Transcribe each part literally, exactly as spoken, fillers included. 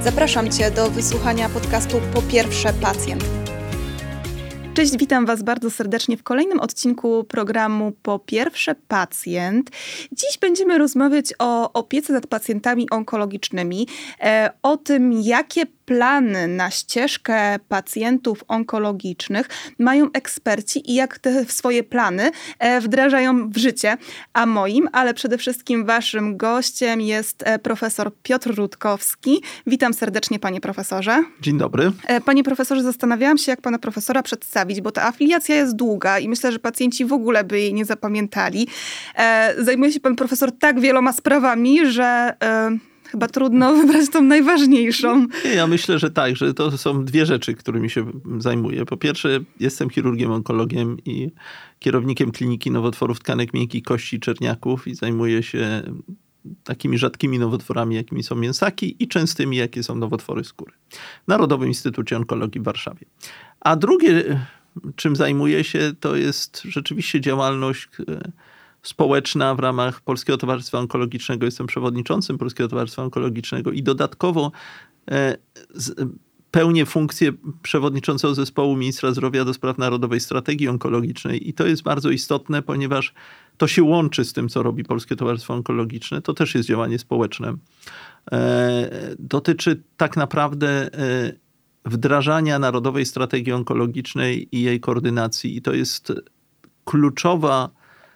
Zapraszam Cię do wysłuchania podcastu Po pierwsze pacjent. Cześć, witam Was bardzo serdecznie w kolejnym odcinku programu Po pierwsze pacjent. Dziś będziemy rozmawiać o opiece nad pacjentami onkologicznymi, e, o tym, jakie plany na ścieżkę pacjentów onkologicznych mają eksperci i jak te swoje plany e, wdrażają w życie. A moim, ale przede wszystkim Waszym gościem jest e, profesor Piotr Rutkowski. Witam serdecznie, panie profesorze. Dzień dobry. E, panie profesorze, zastanawiałam się, jak pana profesora przedstawić, bo ta afiliacja jest długa i myślę, że pacjenci w ogóle by jej nie zapamiętali. E, zajmuje się pan profesor tak wieloma sprawami, że e, chyba trudno wybrać tą najważniejszą. Ja myślę, że tak, że to są dwie rzeczy, którymi się zajmuję. Po pierwsze, jestem chirurgiem onkologiem i kierownikiem Kliniki Nowotworów Tkanek Miękkich, Kości i Czerniaków i zajmuję się takimi rzadkimi nowotworami, jakimi są mięsaki i częstymi, jakie są nowotwory skóry. W Narodowym Instytucie Onkologii w Warszawie. A drugie, czym zajmuję się, to jest rzeczywiście działalność społeczna w ramach Polskiego Towarzystwa Onkologicznego. Jestem przewodniczącym Polskiego Towarzystwa Onkologicznego i dodatkowo e, z, pełnię funkcję przewodniczącego zespołu ministra zdrowia do spraw Narodowej Strategii Onkologicznej. I to jest bardzo istotne, ponieważ to się łączy z tym, co robi Polskie Towarzystwo Onkologiczne. To też jest działanie społeczne. E, dotyczy tak naprawdę e, wdrażania Narodowej Strategii Onkologicznej i jej koordynacji. I to jest kluczowa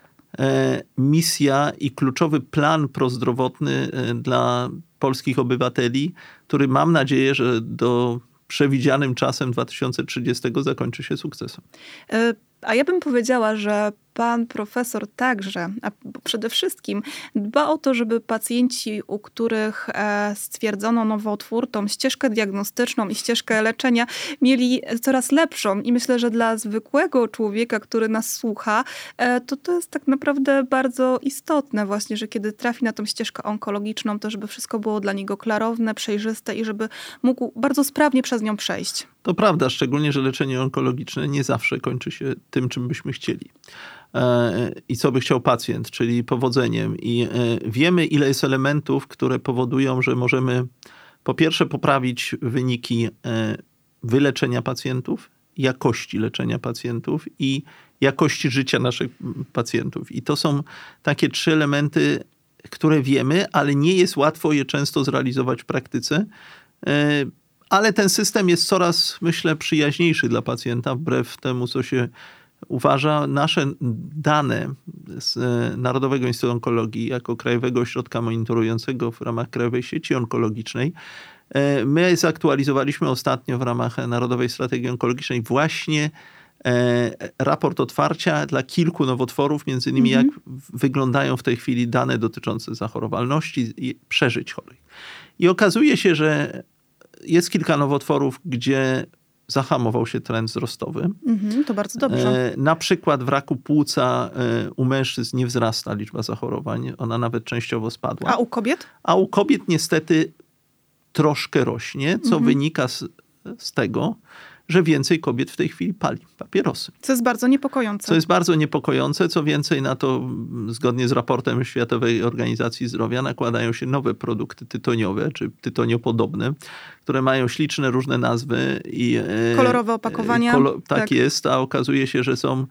misja i kluczowy plan prozdrowotny dla polskich obywateli, który mam nadzieję, że do przewidzianym czasem dwa tysiące trzydziestego zakończy się sukcesem. A ja bym powiedziała, że pan profesor także, a przede wszystkim dba o to, żeby pacjenci, u których stwierdzono nowotwór, tą ścieżkę diagnostyczną i ścieżkę leczenia mieli coraz lepszą. I myślę, że dla zwykłego człowieka, który nas słucha, to to jest tak naprawdę bardzo istotne właśnie, że kiedy trafi na tą ścieżkę onkologiczną, to żeby wszystko było dla niego klarowne, przejrzyste i żeby mógł bardzo sprawnie przez nią przejść. To prawda, szczególnie, że leczenie onkologiczne nie zawsze kończy się tym, czym byśmy chcieli. I co by chciał pacjent, czyli powodzeniem. I wiemy, ile jest elementów, które powodują, że możemy po pierwsze poprawić wyniki wyleczenia pacjentów, jakości leczenia pacjentów i jakości życia naszych pacjentów. I to są takie trzy elementy, które wiemy, ale nie jest łatwo je często zrealizować w praktyce. Ale ten system jest coraz, myślę, przyjaźniejszy dla pacjenta, wbrew temu, co się uważa. Nasze dane z Narodowego Instytutu Onkologii jako Krajowego Ośrodka Monitorującego w ramach Krajowej Sieci Onkologicznej, my zaktualizowaliśmy ostatnio w ramach Narodowej Strategii Onkologicznej właśnie raport otwarcia dla kilku nowotworów, między innymi mhm. jak wyglądają w tej chwili dane dotyczące zachorowalności i przeżyć chorych. I okazuje się, że jest kilka nowotworów, gdzie zahamował się trend wzrostowy. Mhm, to bardzo dobrze. E, na przykład w raku płuca e, u mężczyzn nie wzrasta liczba zachorowań. Ona nawet częściowo spadła. A u kobiet? A u kobiet niestety troszkę rośnie, co mhm. wynika z, z tego, że więcej kobiet w tej chwili pali papierosy. Co jest bardzo niepokojące. Co jest bardzo niepokojące. Co więcej, na to zgodnie z raportem Światowej Organizacji Zdrowia nakładają się nowe produkty tytoniowe, czy tytoniopodobne, które mają śliczne różne nazwy. I kolorowe opakowania. Kolo- tak, tak jest, a okazuje się, że są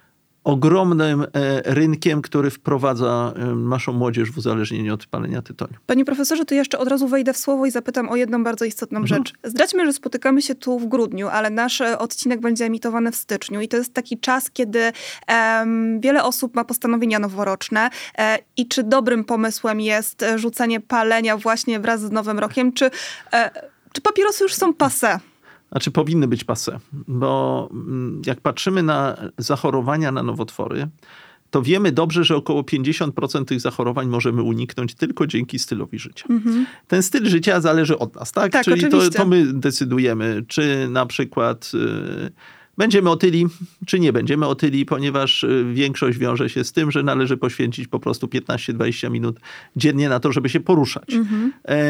ogromnym rynkiem, który wprowadza naszą młodzież w uzależnienie od palenia tytoniu. Panie profesorze, to jeszcze od razu wejdę w słowo i zapytam o jedną bardzo istotną mhm. rzecz. Zdradźmy, że spotykamy się tu w grudniu, ale nasz odcinek będzie emitowany w styczniu i to jest taki czas, kiedy um, wiele osób ma postanowienia noworoczne e, i czy dobrym pomysłem jest rzucenie palenia właśnie wraz z Nowym Rokiem, czy, e, czy papierosy już są passé? Znaczy powinny być passé, bo jak patrzymy na zachorowania na nowotwory, to wiemy dobrze, że około pięćdziesiąt procent tych zachorowań możemy uniknąć tylko dzięki stylowi życia. Mm-hmm. Ten styl życia zależy od nas, tak? Tak, czyli oczywiście. to, to my decydujemy, czy na przykład y, będziemy otyli, czy nie będziemy otyli, ponieważ większość wiąże się z tym, że należy poświęcić po prostu piętnaście do dwudziestu minut dziennie na to, żeby się poruszać. Mm-hmm. E,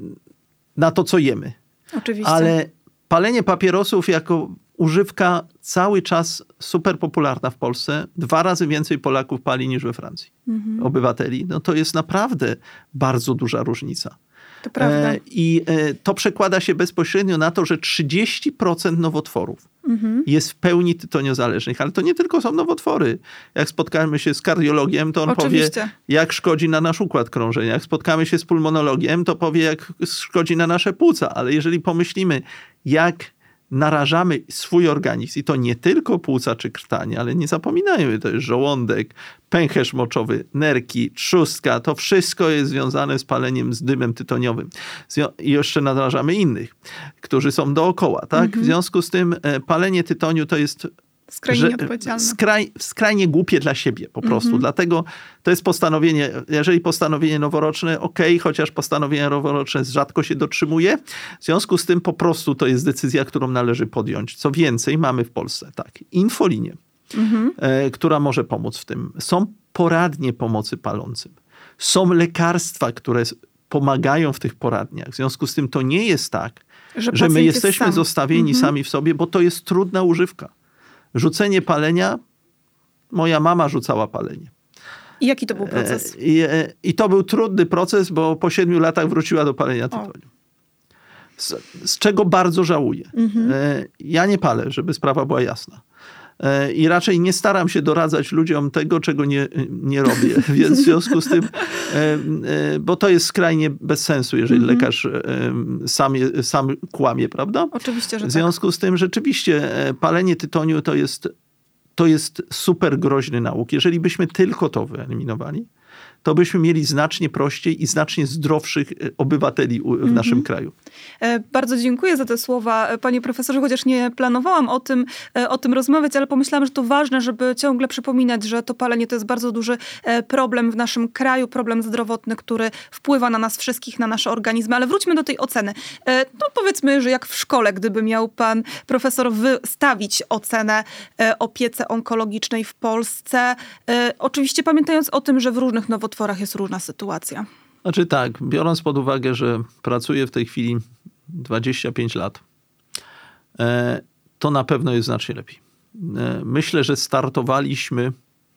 na to, co jemy. Oczywiście. Ale palenie papierosów jako używka cały czas super popularna w Polsce. Dwa razy więcej Polaków pali niż we Francji. Mhm. Obywateli. No to jest naprawdę bardzo duża różnica. To prawda. I to przekłada się bezpośrednio na to, że trzydzieści procent nowotworów mhm. jest w pełni tytoniozależnych. Ale to nie tylko są nowotwory. Jak spotkamy się z kardiologiem, to on Oczywiście. powie, jak szkodzi na nasz układ krążenia. Jak spotkamy się z pulmonologiem, to powie, jak szkodzi na nasze płuca. Ale jeżeli pomyślimy, jak narażamy swój organizm, i to nie tylko płuca czy krtanie, ale nie zapominajmy, to jest żołądek, pęcherz moczowy, nerki, trzustka, to wszystko jest związane z paleniem, z dymem tytoniowym. I jeszcze narażamy innych, którzy są dookoła. Tak? Mhm. W związku z tym palenie tytoniu to jest Skrajnie nieodpowiedzialne. Skraj, skrajnie głupie dla siebie po prostu. Mm-hmm. Dlatego to jest postanowienie, jeżeli postanowienie noworoczne, okej, okay, chociaż postanowienia noworoczne rzadko się dotrzymuje. W związku z tym po prostu to jest decyzja, którą należy podjąć. Co więcej, mamy w Polsce tak, infolinię, mm-hmm. e, która może pomóc w tym. Są poradnie pomocy palącym. Są lekarstwa, które pomagają w tych poradniach. W związku z tym to nie jest tak, że, że my jesteśmy jest zostawieni mm-hmm. sami w sobie, bo to jest trudna używka. Rzucenie palenia, moja mama rzucała palenie. I jaki to był proces? I, i to był trudny proces, bo po siedmiu latach wróciła do palenia tytoniu. Z, z czego bardzo żałuję. Mhm. Ja nie palę, żeby sprawa była jasna. I raczej nie staram się doradzać ludziom tego, czego nie, nie robię. Więc w związku z tym, bo to jest skrajnie bez sensu, jeżeli mhm. lekarz sam, sam kłamie, prawda? Oczywiście, że W związku tak. z tym rzeczywiście palenie tytoniu to jest, to jest super groźny nauk. Jeżeli byśmy tylko to wyeliminowali, to byśmy mieli znacznie prościej i znacznie zdrowszych obywateli w mm-hmm. naszym kraju. Bardzo dziękuję za te słowa, panie profesorze, chociaż nie planowałam o tym, o tym rozmawiać, ale pomyślałam, że to ważne, żeby ciągle przypominać, że to palenie to jest bardzo duży problem w naszym kraju, problem zdrowotny, który wpływa na nas wszystkich, na nasze organizmy. Ale wróćmy do tej oceny. No powiedzmy, że jak w szkole, gdyby miał pan profesor wystawić ocenę opiece onkologicznej w Polsce, oczywiście pamiętając o tym, że w różnych nowotworach jest różna sytuacja. Znaczy tak, biorąc pod uwagę, że pracuję w tej chwili dwadzieścia pięć lat, to na pewno jest znacznie lepiej. Myślę, że startowaliśmy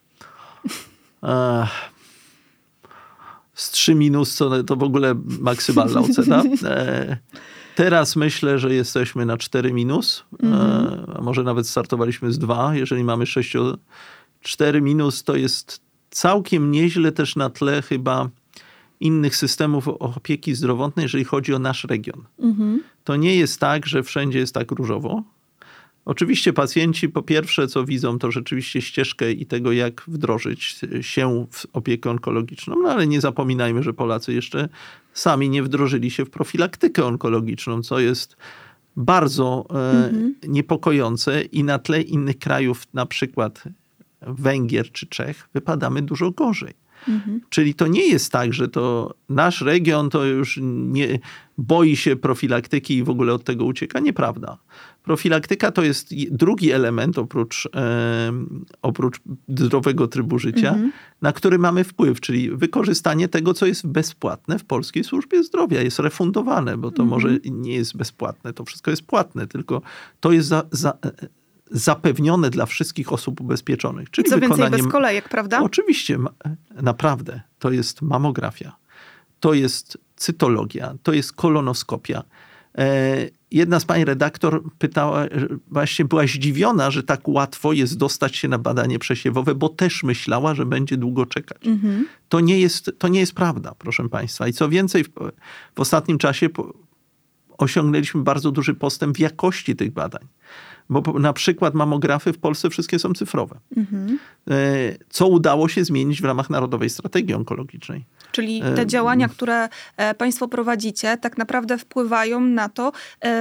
z trzy minus, co to w ogóle maksymalna ocena. Teraz myślę, że jesteśmy na cztery minus, mm-hmm. a może nawet startowaliśmy z dwa, jeżeli mamy sześć. cztery minus to jest całkiem nieźle też na tle chyba innych systemów opieki zdrowotnej, jeżeli chodzi o nasz region. Mhm. To nie jest tak, że wszędzie jest tak różowo. Oczywiście pacjenci po pierwsze, co widzą, to rzeczywiście ścieżkę i tego, jak wdrożyć się w opiekę onkologiczną. No ale nie zapominajmy, że Polacy jeszcze sami nie wdrożyli się w profilaktykę onkologiczną, co jest bardzo mhm. e, niepokojące i na tle innych krajów, na przykład Węgier czy Czech, wypadamy dużo gorzej. Mhm. Czyli to nie jest tak, że to nasz region to już nie boi się profilaktyki i w ogóle od tego ucieka. Nieprawda. Profilaktyka to jest drugi element oprócz, e, oprócz zdrowego trybu życia, mhm. na który mamy wpływ, czyli wykorzystanie tego, co jest bezpłatne w polskiej służbie zdrowia. Jest refundowane, bo to mhm. może nie jest bezpłatne. To wszystko jest płatne, tylko to jest za, za, zapewnione dla wszystkich osób ubezpieczonych. Czyli co wykonanie... więcej bez kolejek, prawda? Oczywiście, naprawdę. To jest mamografia, to jest cytologia, to jest kolonoskopia. Jedna z pań redaktor pytała, właśnie była zdziwiona, że tak łatwo jest dostać się na badanie przesiewowe, bo też myślała, że będzie długo czekać. Mhm. To nie jest, to nie jest prawda, proszę państwa. I co więcej, w, w ostatnim czasie po, osiągnęliśmy bardzo duży postęp w jakości tych badań. Bo na przykład mamografy w Polsce wszystkie są cyfrowe. Mhm. Co udało się zmienić w ramach Narodowej Strategii Onkologicznej. Czyli te działania, które państwo prowadzicie, tak naprawdę wpływają na to,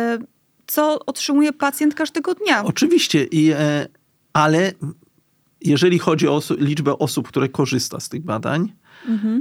co otrzymuje pacjent każdego dnia. Oczywiście, i, ale jeżeli chodzi o liczbę osób, które korzysta z tych badań, mhm.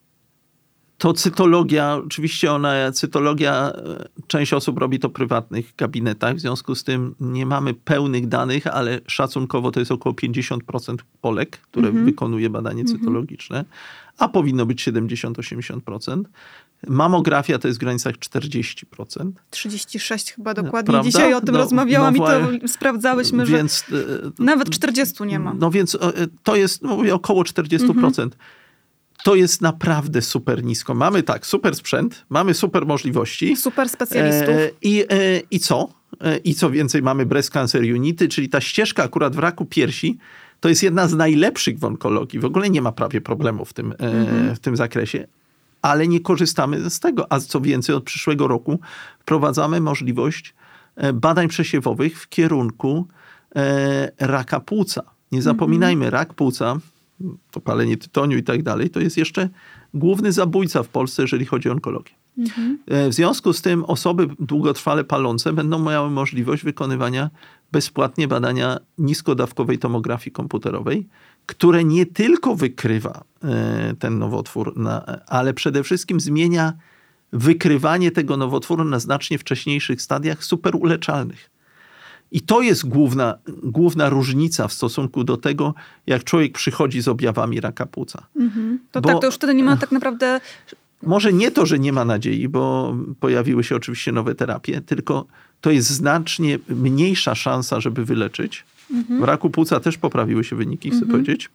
to cytologia, oczywiście ona, cytologia, część osób robi to w prywatnych gabinetach, w związku z tym nie mamy pełnych danych, ale szacunkowo to jest około pięćdziesiąt procent Polek, które mm-hmm. wykonuje badanie cytologiczne, a powinno być siedemdziesiąt do osiemdziesięciu procent. Mamografia to jest w granicach czterdzieści procent. trzydzieści sześć chyba dokładnie. Prawda? Dzisiaj o tym no, rozmawiałam no, i to sprawdzałyśmy, więc, że nawet czterdziestu nie ma. No więc to jest, no mówię, około czterdzieści procent. Mm-hmm. to jest naprawdę super nisko. Mamy tak, super sprzęt, mamy super możliwości. Super specjalistów. E, i, e, I co? E, I co więcej, mamy Breast Cancer Unity, czyli ta ścieżka akurat w raku piersi, to jest jedna z najlepszych w onkologii. W ogóle nie ma prawie problemu w tym, mhm. e, w tym zakresie. Ale nie korzystamy z tego. A co więcej, od przyszłego roku wprowadzamy możliwość badań przesiewowych w kierunku e, raka płuca. Nie zapominajmy, mm-hmm. rak płuca, popalenie tytoniu i tak dalej, to jest jeszcze główny zabójca w Polsce, jeżeli chodzi o onkologię. Mm-hmm. E, w związku z tym osoby długotrwale palące będą miały możliwość wykonywania bezpłatnie badania niskodawkowej tomografii komputerowej, które nie tylko wykrywa e, ten nowotwór, na, ale przede wszystkim zmienia wykrywanie tego nowotworu na znacznie wcześniejszych stadiach superuleczalnych. I to jest główna, główna różnica w stosunku do tego, jak człowiek przychodzi z objawami raka płuca. Mm-hmm. To bo, tak, to już wtedy nie ma tak naprawdę... Może nie to, że nie ma nadziei, bo pojawiły się oczywiście nowe terapie, tylko to jest znacznie mniejsza szansa, żeby wyleczyć. Mm-hmm. W raku płuca też poprawiły się wyniki, chcę mm-hmm. powiedzieć.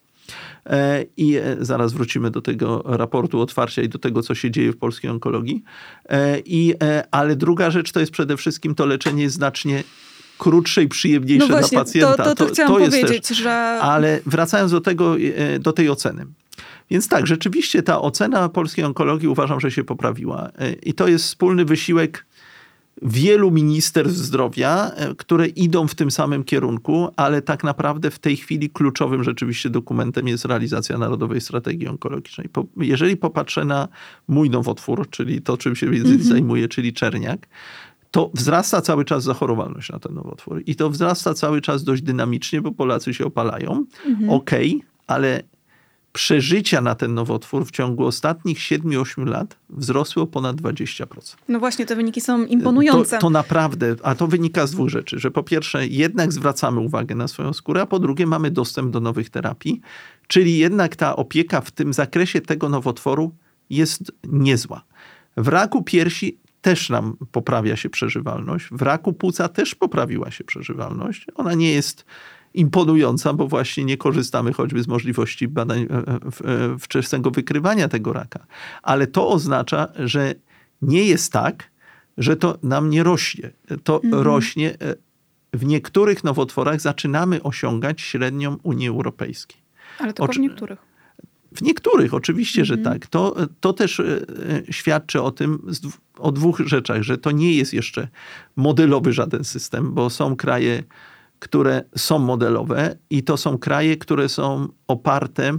I zaraz wrócimy do tego raportu otwarcia i do tego, co się dzieje w polskiej onkologii. I, ale druga rzecz to jest przede wszystkim to leczenie jest znacznie krótsze i przyjemniejsze no właśnie, dla pacjenta. To, to, to, to chciałam to powiedzieć, też, że... Ale wracając do tego, do tej oceny. Więc tak, rzeczywiście ta ocena polskiej onkologii uważam, że się poprawiła. I to jest wspólny wysiłek wielu ministerstw zdrowia, które idą w tym samym kierunku, ale tak naprawdę w tej chwili kluczowym rzeczywiście dokumentem jest realizacja Narodowej Strategii Onkologicznej. Jeżeli popatrzę na mój nowotwór, czyli to, czym się mm-hmm. zajmuję, czyli czerniak, to wzrasta cały czas zachorowalność na ten nowotwór. I to wzrasta cały czas dość dynamicznie, bo Polacy się opalają. Mm-hmm. Okej, okay, ale przeżycia na ten nowotwór w ciągu ostatnich siedmiu ośmiu lat wzrosły o ponad dwadzieścia procent. No właśnie, te wyniki są imponujące. To, to naprawdę, a to wynika z dwóch rzeczy, że po pierwsze jednak zwracamy uwagę na swoją skórę, a po drugie mamy dostęp do nowych terapii, czyli jednak ta opieka w tym zakresie tego nowotworu jest niezła. W raku piersi też nam poprawia się przeżywalność, w raku płuca też poprawiła się przeżywalność. Ona nie jest imponująca, bo właśnie nie korzystamy choćby z możliwości badań wczesnego wykrywania tego raka. Ale to oznacza, że nie jest tak, że to nam nie rośnie. To mhm. rośnie. W niektórych nowotworach zaczynamy osiągać średnią Unii Europejskiej. Ale tylko w niektórych. W niektórych, oczywiście, mhm. że tak. To, to też świadczy o tym, o dwóch rzeczach, że to nie jest jeszcze modelowy żaden system, bo są kraje, które są modelowe i to są kraje, które są oparte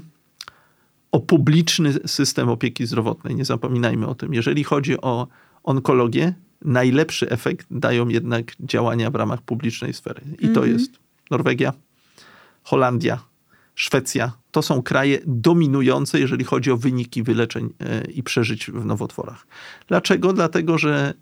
o publiczny system opieki zdrowotnej. Nie zapominajmy o tym. Jeżeli chodzi o onkologię, najlepszy efekt dają jednak działania w ramach publicznej sfery. I mm-hmm. to jest Norwegia, Holandia, Szwecja. To są kraje dominujące, jeżeli chodzi o wyniki wyleczeń i przeżyć w nowotworach. Dlaczego? Dlatego, że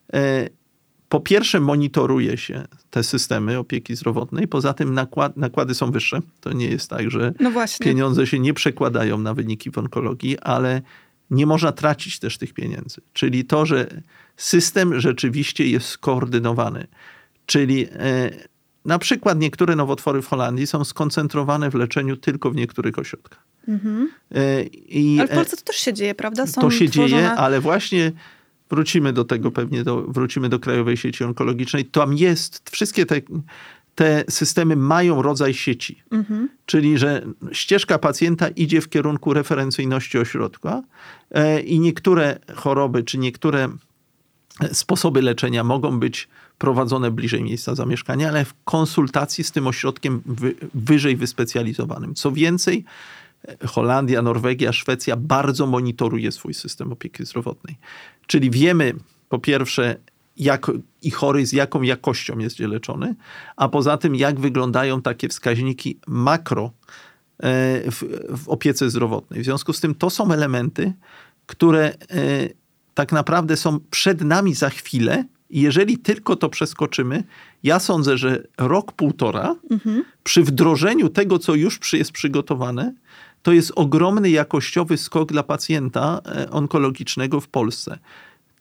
po pierwsze monitoruje się te systemy opieki zdrowotnej, poza tym nakład, nakłady są wyższe. To nie jest tak, że no pieniądze się nie przekładają na wyniki w onkologii, ale nie można tracić też tych pieniędzy. Czyli to, że system rzeczywiście jest skoordynowany. Czyli e, na przykład niektóre nowotwory w Holandii są skoncentrowane w leczeniu tylko w niektórych ośrodkach. Mhm. E, i, ale w Polsce to też się dzieje, prawda? Są to się tworzone... dzieje, ale właśnie... Wrócimy do tego pewnie, do, wrócimy do Krajowej Sieci Onkologicznej. Tam jest, wszystkie te, te systemy mają rodzaj sieci. Mhm. Czyli, że ścieżka pacjenta idzie w kierunku referencyjności ośrodka e, i niektóre choroby, czy niektóre sposoby leczenia mogą być prowadzone bliżej miejsca zamieszkania, ale w konsultacji z tym ośrodkiem wy, wyżej wyspecjalizowanym. Co więcej, Holandia, Norwegia, Szwecja bardzo monitoruje swój system opieki zdrowotnej. Czyli wiemy po pierwsze, jak i chory z jaką jakością jest leczony, a poza tym jak wyglądają takie wskaźniki makro w, w opiece zdrowotnej. W związku z tym to są elementy, które tak naprawdę są przed nami za chwilę. I jeżeli tylko to przeskoczymy, ja sądzę, że rok, półtora mhm. przy wdrożeniu tego, co już jest przygotowane, to jest ogromny jakościowy skok dla pacjenta onkologicznego w Polsce.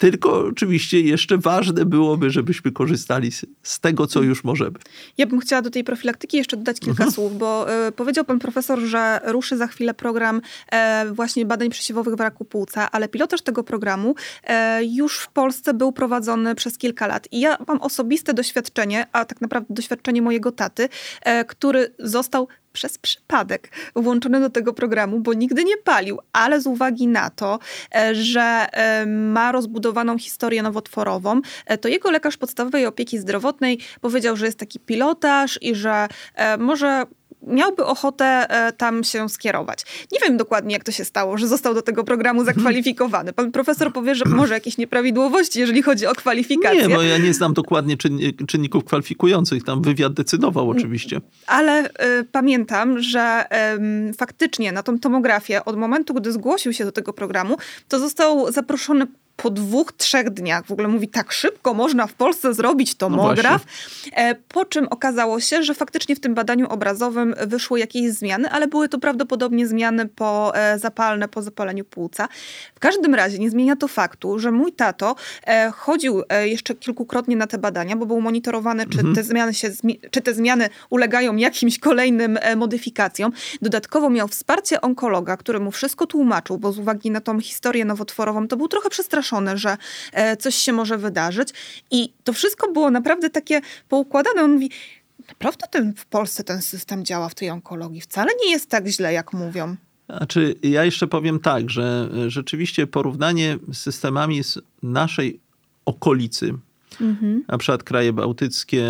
Tylko oczywiście jeszcze ważne byłoby, żebyśmy korzystali z, z tego, co już możemy. Ja bym chciała do tej profilaktyki jeszcze dodać kilka mhm. słów, bo y, powiedział pan profesor, że ruszy za chwilę program y, właśnie badań przesiewowych w raku płuca, ale pilotaż tego programu y, już w Polsce był prowadzony przez kilka lat. I ja mam osobiste doświadczenie, a tak naprawdę doświadczenie mojego taty, y, który został przez przypadek włączony do tego programu, bo nigdy nie palił, ale z uwagi na to, że ma rozbudowaną historię nowotworową, to jego lekarz podstawowej opieki zdrowotnej powiedział, że jest taki pilotaż i że może miałby ochotę tam się skierować. Nie wiem dokładnie, jak to się stało, że został do tego programu zakwalifikowany. Pan profesor powie, że może jakieś nieprawidłowości, jeżeli chodzi o kwalifikacje. Nie, bo ja nie znam dokładnie czynni- czynników kwalifikujących. Tam wywiad decydował oczywiście. Ale y, pamiętam, że y, faktycznie na tą tomografię od momentu, gdy zgłosił się do tego programu, to został zaproszony po dwóch, trzech dniach. W ogóle mówi, tak szybko można w Polsce zrobić tomograf. No po czym okazało się, że faktycznie w tym badaniu obrazowym wyszły jakieś zmiany, ale były to prawdopodobnie zmiany po e, zapalne, po zapaleniu płuca. W każdym razie nie zmienia to faktu, że mój tato e, chodził e, jeszcze kilkukrotnie na te badania, bo był monitorowany, czy, mhm. te zmiany się, czy te zmiany ulegają jakimś kolejnym e, modyfikacjom. Dodatkowo miał wsparcie onkologa, który mu wszystko tłumaczył, bo z uwagi na tą historię nowotworową to był trochę przestraszony, że e, coś się może wydarzyć. I to wszystko było naprawdę takie poukładane. On mówi, naprawdę ten, w Polsce ten system działa w tej onkologii. Wcale nie jest tak źle, jak mówią. Znaczy, ja jeszcze powiem tak, że rzeczywiście porównanie z systemami z naszej okolicy, mhm. na przykład kraje bałtyckie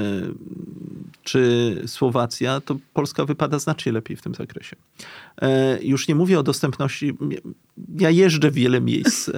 czy Słowacja, to Polska wypada znacznie lepiej w tym zakresie. Już nie mówię o dostępności. Ja jeżdżę w wiele miejsc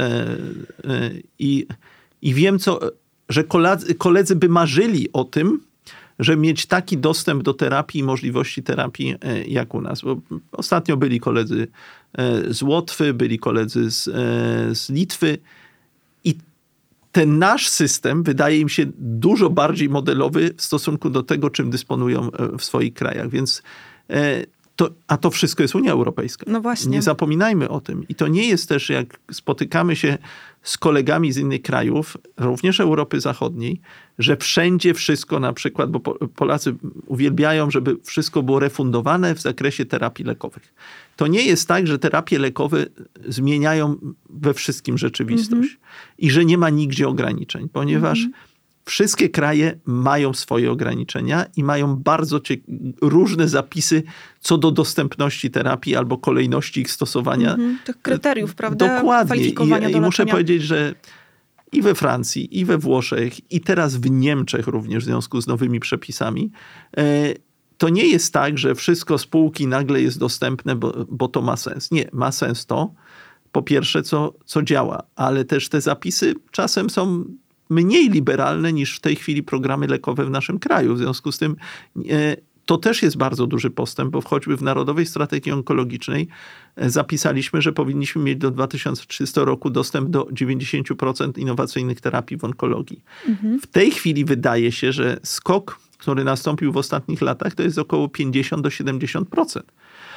i, i wiem, co, że koledzy, koledzy by marzyli o tym, żeby mieć taki dostęp do terapii i możliwości terapii jak u nas. Bo ostatnio byli koledzy z Łotwy, byli koledzy z, z Litwy i ten nasz system wydaje im się dużo bardziej modelowy w stosunku do tego, czym dysponują w swoich krajach. Więc to, a to wszystko jest Unia Europejska. No właśnie. Nie zapominajmy o tym. I to nie jest też, jak spotykamy się z kolegami z innych krajów, również Europy Zachodniej, że wszędzie wszystko na przykład, bo Polacy uwielbiają, żeby wszystko było refundowane w zakresie terapii lekowych. To nie jest tak, że terapie lekowe zmieniają we wszystkim rzeczywistość mm-hmm. i że nie ma nigdzie ograniczeń, ponieważ mm-hmm. wszystkie kraje mają swoje ograniczenia i mają bardzo cie- różne zapisy co do dostępności terapii albo kolejności ich stosowania. Mm-hmm. Tych kryteriów, prawda? Dokładnie. Kwalifikowania I, do i muszę leczenia. powiedzieć, że i we Francji, i we Włoszech, i teraz w Niemczech również w związku z nowymi przepisami, to nie jest tak, że wszystko z półki nagle jest dostępne, bo, bo to ma sens. Nie, ma sens to, po pierwsze, co, co działa, ale też te zapisy czasem są mniej liberalne niż w tej chwili programy lekowe w naszym kraju. W związku z tym e, to też jest bardzo duży postęp, bo choćby w Narodowej Strategii Onkologicznej e, zapisaliśmy, że powinniśmy mieć do dwa tysiące trzydziestego roku dostęp do dziewięćdziesiąt procent innowacyjnych terapii w onkologii. Mhm. W tej chwili wydaje się, że skok, który nastąpił w ostatnich latach, to jest około pięćdziesiąt do siedemdziesięciu procent.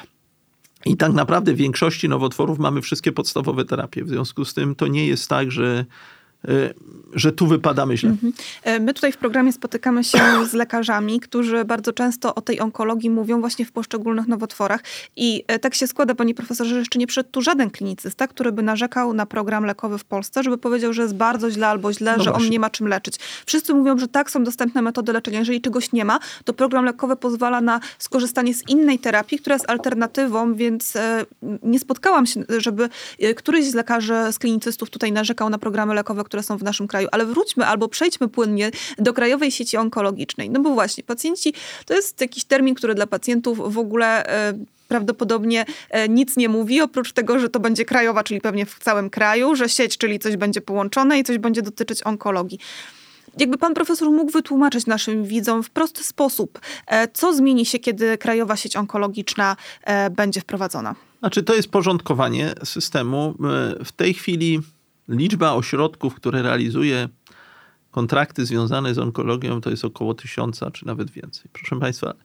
I tak naprawdę w większości nowotworów mamy wszystkie podstawowe terapie. W związku z tym to nie jest tak, że że tu wypadamy źle. My tutaj w programie spotykamy się z lekarzami, którzy bardzo często o tej onkologii mówią właśnie w poszczególnych nowotworach. I tak się składa, panie profesorze, że jeszcze nie przyszedł tu żaden klinicysta, który by narzekał na program lekowy w Polsce, żeby powiedział, że jest bardzo źle albo źle, no że właśnie. On nie ma czym leczyć. Wszyscy mówią, że tak, są dostępne metody leczenia. Jeżeli czegoś nie ma, to program lekowy pozwala na skorzystanie z innej terapii, która jest alternatywą, więc nie spotkałam się, żeby któryś z lekarzy, z klinicystów tutaj narzekał na programy lekowe, które są w naszym kraju. Ale wróćmy albo przejdźmy płynnie do Krajowej Sieci Onkologicznej. No bo właśnie, pacjenci to jest jakiś termin, który dla pacjentów w ogóle e, prawdopodobnie e, nic nie mówi, oprócz tego, że to będzie krajowa, czyli pewnie w całym kraju, że sieć, czyli coś będzie połączone i coś będzie dotyczyć onkologii. Jakby pan profesor mógł wytłumaczyć naszym widzom w prosty sposób, e, co zmieni się, kiedy Krajowa Sieć Onkologiczna e, będzie wprowadzona? Znaczy, to jest porządkowanie systemu. W tej chwili liczba ośrodków, które realizuje kontrakty związane z onkologią, to jest około tysiąca, czy nawet więcej. Proszę państwa,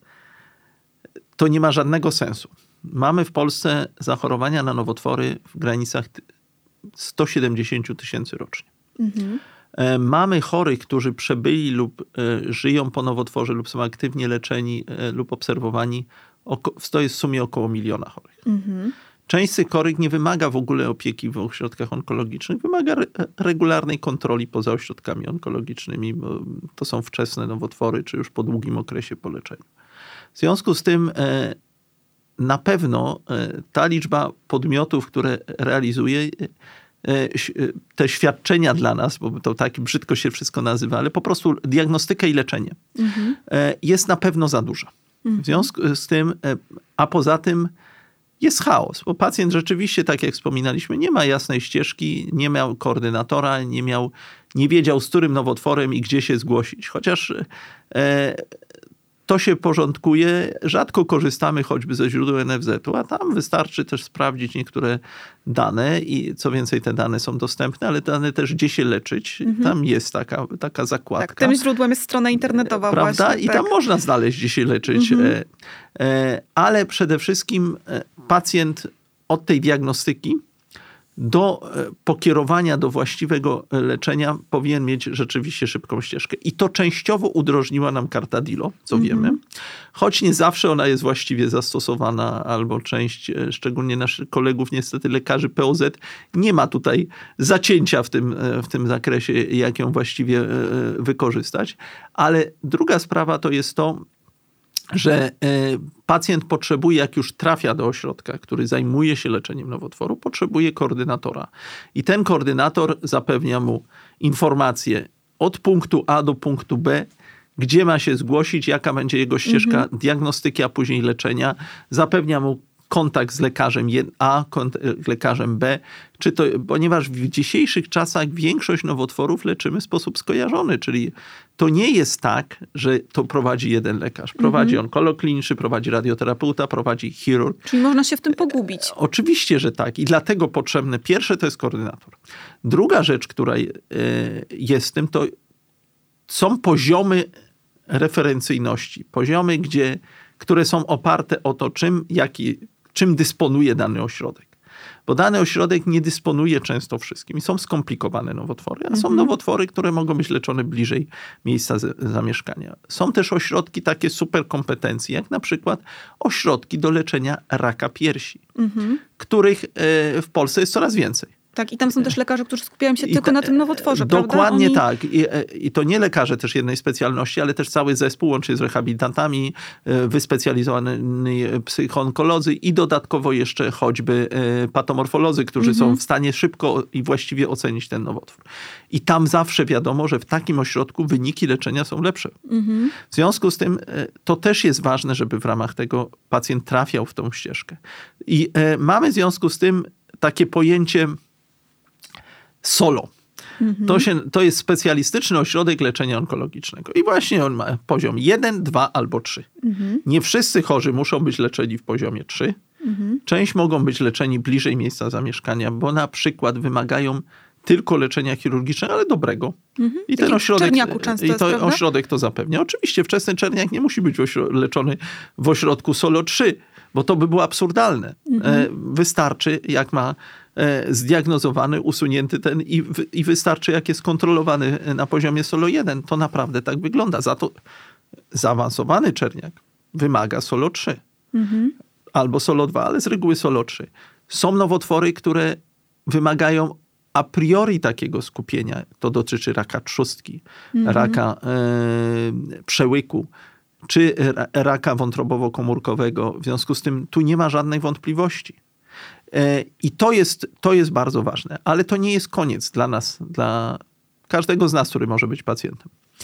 to nie ma żadnego sensu. Mamy w Polsce zachorowania na nowotwory w granicach sto siedemdziesiąt tysięcy rocznie. Mhm. Mamy chorych, którzy przebyli lub żyją po nowotworze lub są aktywnie leczeni lub obserwowani. To jest w sumie około miliona chorych. Mhm. Część z tych chorych nie wymaga w ogóle opieki w ośrodkach onkologicznych, wymaga re- regularnej kontroli poza ośrodkami onkologicznymi, bo to są wczesne nowotwory, czy już po długim okresie po leczeniu. W związku z tym e, na pewno e, ta liczba podmiotów, które realizuje e, te świadczenia dla nas, bo to tak brzydko się wszystko nazywa, ale po prostu diagnostykę i leczenie, mhm. e, jest na pewno za duża. W związku z tym, e, a poza tym jest chaos, bo pacjent rzeczywiście, tak jak wspominaliśmy, nie ma jasnej ścieżki, nie miał koordynatora, nie miał, nie wiedział, z którym nowotworem i gdzie się zgłosić. Chociaż e, to się porządkuje, rzadko korzystamy choćby ze źródeł N F Z-u, a tam wystarczy też sprawdzić niektóre dane i co więcej, te dane są dostępne, ale dane też, gdzie się leczyć. Mhm. Tam jest taka, taka zakładka. Tak, tym źródłem jest strona internetowa. Prawda? Właśnie, I tak. tam można znaleźć, gdzie się leczyć. Mhm. E, e, ale przede wszystkim e, pacjent od tej diagnostyki do pokierowania do właściwego leczenia powinien mieć rzeczywiście szybką ścieżkę. I to częściowo udrożniła nam karta DILO, co mm-hmm. wiemy. Choć nie zawsze ona jest właściwie zastosowana, albo część, szczególnie naszych kolegów, niestety lekarzy P O Z, nie ma tutaj zacięcia w tym, w tym zakresie, jak ją właściwie wykorzystać. Ale druga sprawa to jest to, że pacjent potrzebuje, jak już trafia do ośrodka, który zajmuje się leczeniem nowotworu, potrzebuje koordynatora. I ten koordynator zapewnia mu informacje od punktu A do punktu B, gdzie ma się zgłosić, jaka będzie jego ścieżka mhm. diagnostyki, a później leczenia. Zapewnia mu kontakt z lekarzem A, lekarzem B, czy to, ponieważ w dzisiejszych czasach większość nowotworów leczymy w sposób skojarzony, czyli to nie jest tak, że to prowadzi jeden lekarz. Prowadzi mm-hmm. onkolog kliniczny, prowadzi radioterapeuta, prowadzi chirurg. Czyli można się w tym pogubić. Oczywiście, że tak. I dlatego potrzebne, pierwsze to jest koordynator. Druga rzecz, która jest w tym, to są poziomy referencyjności. Poziomy, gdzie, które są oparte o to, czym, jaki, czym dysponuje dany ośrodek. Bo dany ośrodek nie dysponuje często wszystkim. I są skomplikowane nowotwory, a są mhm. nowotwory, które mogą być leczone bliżej miejsca z, zamieszkania. Są też ośrodki takie super kompetencji, jak na przykład ośrodki do leczenia raka piersi, mhm. których w Polsce jest coraz więcej. Tak, i tam są też lekarze, którzy skupiają się I tylko te, na tym nowotworze, dokładnie prawda? tak. I, I to nie lekarze też jednej specjalności, ale też cały zespół, łącznie z rehabilitantami, wyspecjalizowani psychoonkolodzy i dodatkowo jeszcze choćby patomorfolodzy, którzy mhm. są w stanie szybko i właściwie ocenić ten nowotwór. I tam zawsze wiadomo, że w takim ośrodku wyniki leczenia są lepsze. Mhm. W związku z tym to też jest ważne, żeby w ramach tego pacjent trafiał w tą ścieżkę. I mamy w związku z tym takie pojęcie SOLO. Mhm. To, się, to jest specjalistyczny ośrodek leczenia onkologicznego. I właśnie on ma poziom jeden, dwa albo trzy. Mhm. Nie wszyscy chorzy muszą być leczeni w poziomie trzy. Mhm. Część mogą być leczeni bliżej miejsca zamieszkania, bo na przykład wymagają tylko leczenia chirurgicznego, ale dobrego. Mhm. I ten ośrodek, często i to jest, ośrodek to zapewnia. Oczywiście wczesny czerniak nie musi być leczony w ośrodku SOLO trzy, bo to by było absurdalne. Mhm. Wystarczy, jak ma zdiagnozowany, usunięty ten i, i wystarczy, jak jest kontrolowany na poziomie SOLO jeden. To naprawdę tak wygląda. Za to zaawansowany czerniak wymaga SOLO trzy. Mhm. Albo SOLO dwa, ale z reguły SOLO trzy. Są nowotwory, które wymagają a priori takiego skupienia. To dotyczy raka trzustki, mhm. raka e, przełyku, czy raka wątrobowo-komórkowego. W związku z tym tu nie ma żadnej wątpliwości. I to jest, to jest bardzo ważne, ale to nie jest koniec dla nas, dla każdego z nas, który może być pacjentem.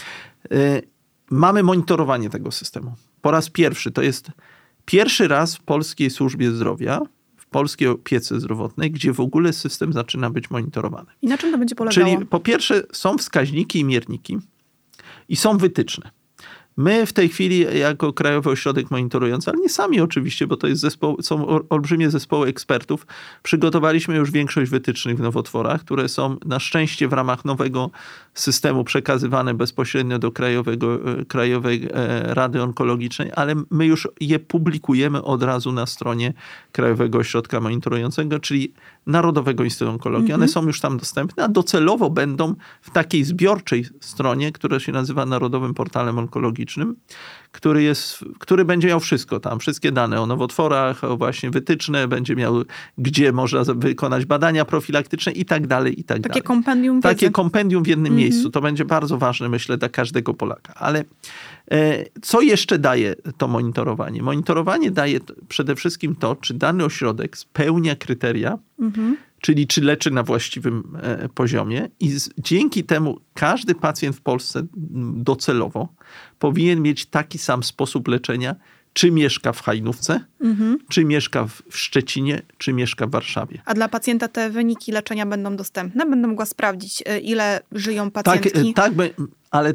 Mamy monitorowanie tego systemu. Po raz pierwszy, to jest pierwszy raz w polskiej służbie zdrowia, w polskiej opiece zdrowotnej, gdzie w ogóle system zaczyna być monitorowany. I na czym to będzie polegało? Czyli po pierwsze są wskaźniki i mierniki i są wytyczne. My w tej chwili jako Krajowy Ośrodek Monitorujący, ale nie sami oczywiście, bo to jest zespoł, są olbrzymie zespoły ekspertów, przygotowaliśmy już większość wytycznych w nowotworach, które są na szczęście w ramach nowego systemu przekazywane bezpośrednio do Krajowego, Krajowej Rady Onkologicznej, ale my już je publikujemy od razu na stronie Krajowego Ośrodka Monitorującego, czyli Narodowego Instytutu Onkologii. One są już tam dostępne, a docelowo będą w takiej zbiorczej stronie, która się nazywa Narodowym Portalem Onkologicznym, który, jest, który będzie miał wszystko tam, wszystkie dane o nowotworach, o właśnie wytyczne, będzie miał, gdzie można wykonać badania profilaktyczne i tak dalej, i tak Takie dalej. kompendium wiedzy. Takie kompendium w jednym Mhm. miejscu. To będzie bardzo ważne, myślę, dla każdego Polaka. Ale e, co jeszcze daje to monitorowanie? Monitorowanie daje t- przede wszystkim to, czy dany ośrodek spełnia kryteria, Mhm. czyli czy leczy na właściwym e, poziomie i z, dzięki temu każdy pacjent w Polsce m, docelowo powinien mieć taki sam sposób leczenia, czy mieszka w Hajnówce, Mhm. czy mieszka w, w Szczecinie, czy mieszka w Warszawie. A dla pacjenta te wyniki leczenia będą dostępne? Będę mogła sprawdzić, y, ile żyją Tak, pacjentki? tak, by- ale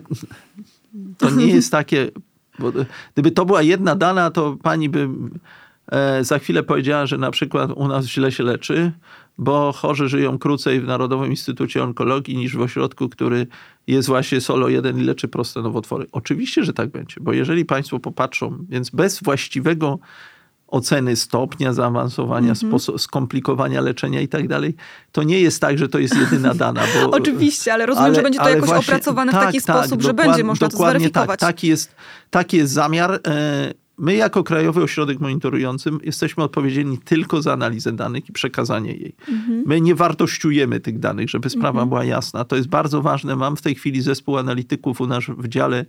to nie jest takie, bo gdyby to była jedna dana, to pani by e, za chwilę powiedziała, że na przykład u nas źle się leczy, bo chorzy żyją krócej w Narodowym Instytucie Onkologii niż w ośrodku, który jest właśnie solo jeden i leczy proste nowotwory. Oczywiście, że tak będzie, bo jeżeli państwo popatrzą, więc bez właściwego oceny stopnia zaawansowania, Mhm. sposób, skomplikowania leczenia i tak dalej, to nie jest tak, że to jest jedyna dana. Bo, Oczywiście, ale rozumiem, że będzie to ale jakoś właśnie- opracowane w tak, taki tak, sposób, że dokład- będzie można to dokładnie zweryfikować. Tak, taki jest, taki jest zamiar. My jako Krajowy Ośrodek Monitorujący jesteśmy odpowiedzialni tylko za analizę danych i przekazanie jej. Mhm. My nie wartościujemy tych danych, żeby sprawa Mhm. była jasna. To jest bardzo ważne. Mam w tej chwili zespół analityków u nas w dziale,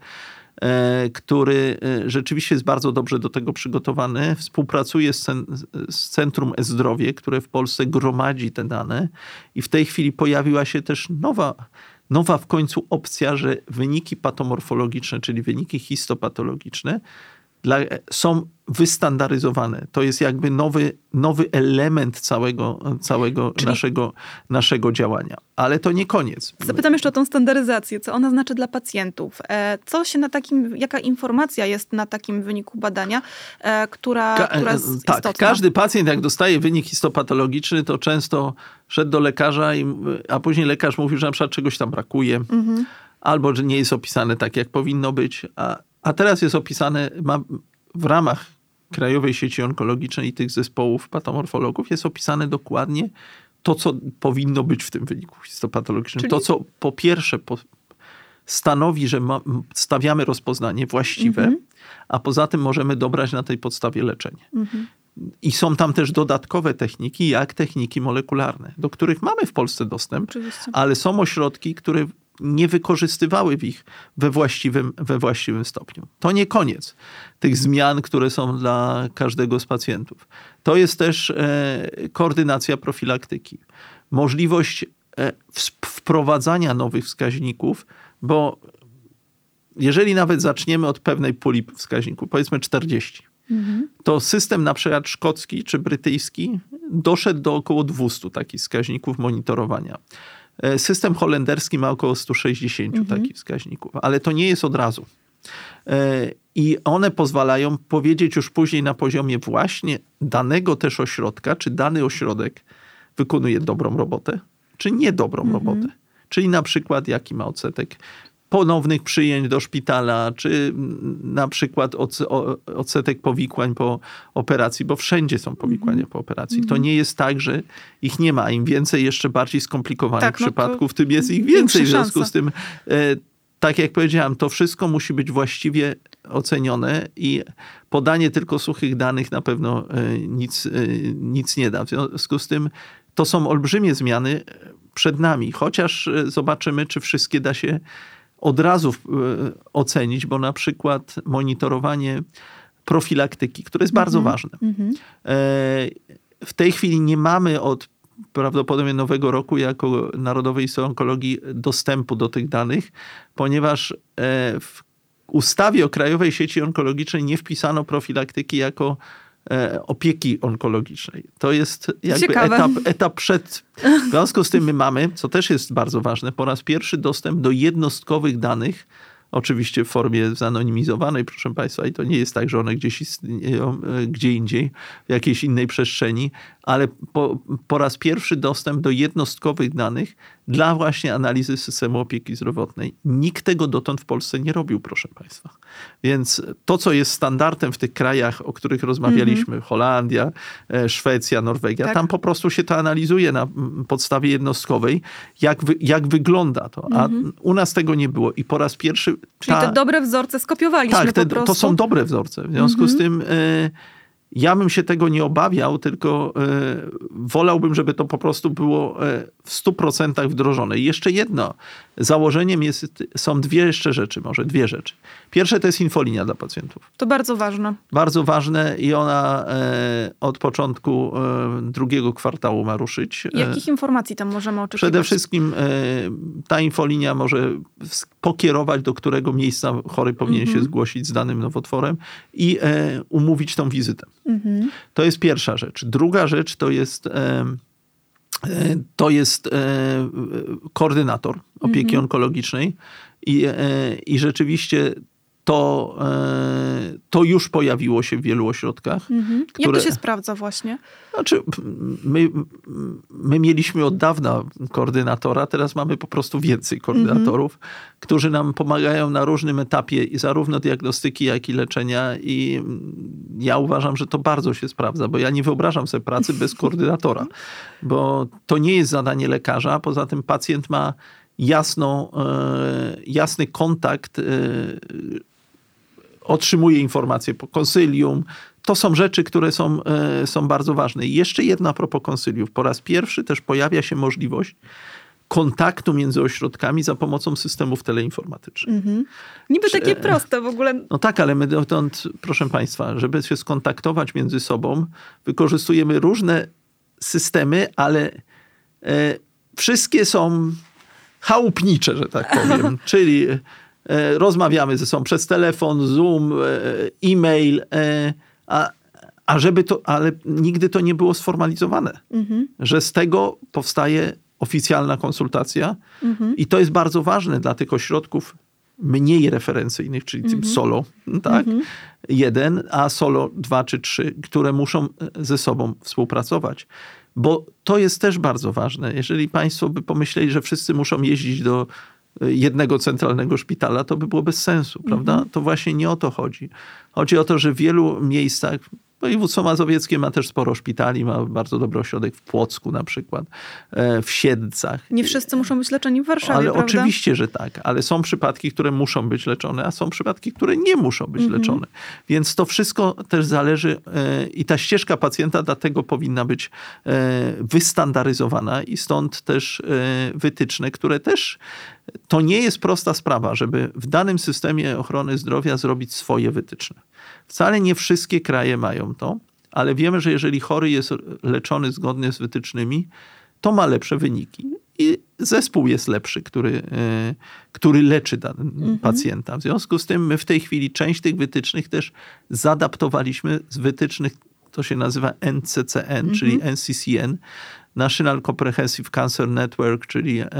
e, który e, rzeczywiście jest bardzo dobrze do tego przygotowany. Współpracuje z, cen, z Centrum E-Zdrowie, które w Polsce gromadzi te dane. I w tej chwili pojawiła się też nowa, nowa w końcu opcja, że wyniki patomorfologiczne, czyli wyniki histopatologiczne, Dla, są wystandaryzowane. To jest jakby nowy, nowy element całego, całego Czyli- naszego, naszego działania. Ale to nie koniec. Zapytam jeszcze o tą standaryzację. Co ona znaczy dla pacjentów? E, Co się na takim, jaka informacja jest na takim wyniku badania, e, która, Ka- która jest tak, istotna? każdy pacjent jak dostaje wynik histopatologiczny, to często szedł do lekarza, i, a później lekarz mówił, że na przykład czegoś tam brakuje, Mhm. albo że nie jest opisane tak, jak powinno być. A, a teraz jest opisane ma, w ramach Krajowej Sieci Onkologicznej i tych zespołów patomorfologów jest opisane dokładnie to, co powinno być w tym wyniku histopatologicznym. Czyli- To, co po pierwsze po, stanowi, że ma, stawiamy rozpoznanie właściwe, Mhm. a poza tym możemy dobrać na tej podstawie leczenie. Mhm. I są tam też dodatkowe techniki, jak techniki molekularne, do których mamy w Polsce dostęp, Oczywiście. ale są ośrodki, które nie wykorzystywały ich we właściwym, we właściwym stopniu. To nie koniec tych zmian, które są dla każdego z pacjentów. To jest też e, koordynacja profilaktyki. Możliwość e, w- wprowadzania nowych wskaźników, bo jeżeli nawet zaczniemy od pewnej puli wskaźników, powiedzmy czterdzieści, Mhm. to system na przykład szkocki czy brytyjski doszedł do około dwieście takich wskaźników monitorowania. E, System holenderski ma około sto sześćdziesiąt Mhm. takich wskaźników, ale to nie jest od razu. E, I one pozwalają powiedzieć już później na poziomie właśnie danego też ośrodka, czy dany ośrodek wykonuje dobrą robotę, czy niedobrą Mhm. robotę. Czyli na przykład jaki ma odsetek ponownych przyjęć do szpitala, czy na przykład odse- o- odsetek powikłań po operacji, bo wszędzie są powikłania po operacji. To nie jest tak, że ich nie ma. Im więcej jeszcze bardziej skomplikowanych Tak, no to przypadków, tym jest ich większa więcej. W związku szansa. z tym, e, tak jak powiedziałam, to wszystko musi być właściwie ocenione i podanie tylko suchych danych na pewno e, nic, e, nic nie da. W związku z tym to są olbrzymie zmiany przed nami, chociaż e, zobaczymy, czy wszystkie da się od razu e, ocenić, bo na przykład monitorowanie profilaktyki, które jest bardzo ważne. Mhm. E, W tej chwili nie mamy od prawdopodobnie nowego roku jako Narodowy Instytut Onkologii dostępu do tych danych, ponieważ e, w ustawie o Krajowej Sieci Onkologicznej nie wpisano profilaktyki jako e, opieki onkologicznej. To jest jakby Ciekawe. etap, etap przed. W związku z tym my mamy, co też jest bardzo ważne, po raz pierwszy dostęp do jednostkowych danych oczywiście w formie zanonimizowanej, proszę Państwa, i to nie jest tak, że one gdzieś istnieją gdzie indziej, w jakiejś innej przestrzeni, ale po, po raz pierwszy dostęp do jednostkowych danych dla właśnie analizy systemu opieki zdrowotnej. Nikt tego dotąd w Polsce nie robił, proszę Państwa. Więc to, co jest standardem w tych krajach, o których rozmawialiśmy, mm-hmm. Holandia, Szwecja, Norwegia, tak. tam po prostu się to analizuje na podstawie jednostkowej, jak, wy, jak wygląda to. A mm-hmm. u nas tego nie było i po raz pierwszy... Czyli ta... te dobre wzorce skopiowaliśmy tak, te, po prostu. to są dobre wzorce. W związku mm-hmm. z tym... Y, Ja bym się tego nie obawiał, tylko y, wolałbym, żeby to po prostu było y, w stu procentach wdrożone. I jeszcze jedno. Założeniem jest, są dwie jeszcze rzeczy, może dwie rzeczy. Pierwsze to jest infolinia dla pacjentów. To bardzo ważne. Bardzo ważne i ona y, od początku y, drugiego kwartału ma ruszyć. Jakich informacji tam możemy oczekiwać? Przede wszystkim y, ta infolinia może pokierować, do którego miejsca chory powinien mm-hmm. się zgłosić z danym nowotworem i y, umówić tą wizytę. Mhm. To jest pierwsza rzecz. Druga rzecz to jest, e, to jest e, koordynator opieki mhm. onkologicznej i, e, i rzeczywiście to, e, to już pojawiło się w wielu ośrodkach. Mhm. Które... Jak to się sprawdza właśnie? Znaczy, my, my mieliśmy od dawna koordynatora, teraz mamy po prostu więcej koordynatorów, mhm. którzy nam pomagają na różnym etapie i zarówno diagnostyki, jak i leczenia i ja uważam, że to bardzo się sprawdza, bo ja nie wyobrażam sobie pracy bez koordynatora, bo to nie jest zadanie lekarza, poza tym pacjent ma jasną, jasny kontakt, otrzymuje informacje po konsylium. To są rzeczy, które są, są bardzo ważne. I jeszcze jedno a propos konsyliów. Po raz pierwszy też pojawia się możliwość kontaktu między ośrodkami za pomocą systemów teleinformatycznych. Mhm. Niby takie proste w ogóle. No tak, ale my dotąd, proszę Państwa, żeby się skontaktować między sobą, wykorzystujemy różne systemy, ale e, wszystkie są chałupnicze, że tak powiem. Czyli e, rozmawiamy ze sobą przez telefon, Zoom, e, e-mail, e, a, a żeby to, ale nigdy to nie było sformalizowane. Mhm. Że z tego powstaje oficjalna konsultacja mhm. i to jest bardzo ważne dla tych ośrodków mniej referencyjnych, czyli mhm. tym solo, tak? Mhm. Jeden, a solo dwa czy trzy, które muszą ze sobą współpracować. Bo to jest też bardzo ważne. Jeżeli państwo by pomyśleli, że wszyscy muszą jeździć do jednego centralnego szpitala, to by było bez sensu, mhm. prawda? To właśnie nie o to chodzi. Chodzi o to, że w wielu miejscach, województwo mazowieckie ma też sporo szpitali, ma bardzo dobry ośrodek w Płocku na przykład, w Siedlcach. Nie wszyscy muszą być leczeni w Warszawie, ale prawda? Oczywiście, że tak, ale są przypadki, które muszą być leczone, a są przypadki, które nie muszą być mhm. leczone. Więc to wszystko też zależy i ta ścieżka pacjenta dlatego powinna być wystandaryzowana i stąd też wytyczne, które też to nie jest prosta sprawa, żeby w danym systemie ochrony zdrowia zrobić swoje wytyczne. Wcale nie wszystkie kraje mają to, ale wiemy, że jeżeli chory jest leczony zgodnie z wytycznymi, to ma lepsze wyniki. I zespół jest lepszy, który, który leczy danego mhm. pacjenta. W związku z tym my w tej chwili część tych wytycznych też zadaptowaliśmy z wytycznych, to się nazywa N C C N, mhm. czyli N C C N, National Comprehensive Cancer Network, czyli e,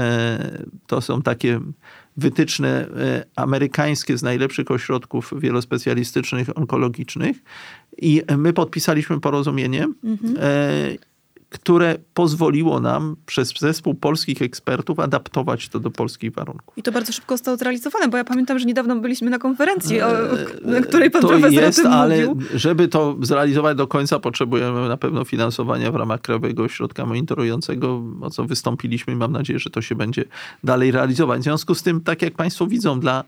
to są takie wytyczne e, amerykańskie z najlepszych ośrodków wielospecjalistycznych, onkologicznych. I my podpisaliśmy porozumienie, mhm. e, które pozwoliło nam przez zespół polskich ekspertów adaptować to do polskich warunków. I to bardzo szybko zostało zrealizowane, bo ja pamiętam, że niedawno byliśmy na konferencji, o, na której pan to profesor jest, o tym ale mówił. Żeby to zrealizować do końca, potrzebujemy na pewno finansowania w ramach Krajowego Ośrodka Monitorującego, o co wystąpiliśmy i mam nadzieję, że to się będzie dalej realizować. W związku z tym, tak jak państwo widzą, dla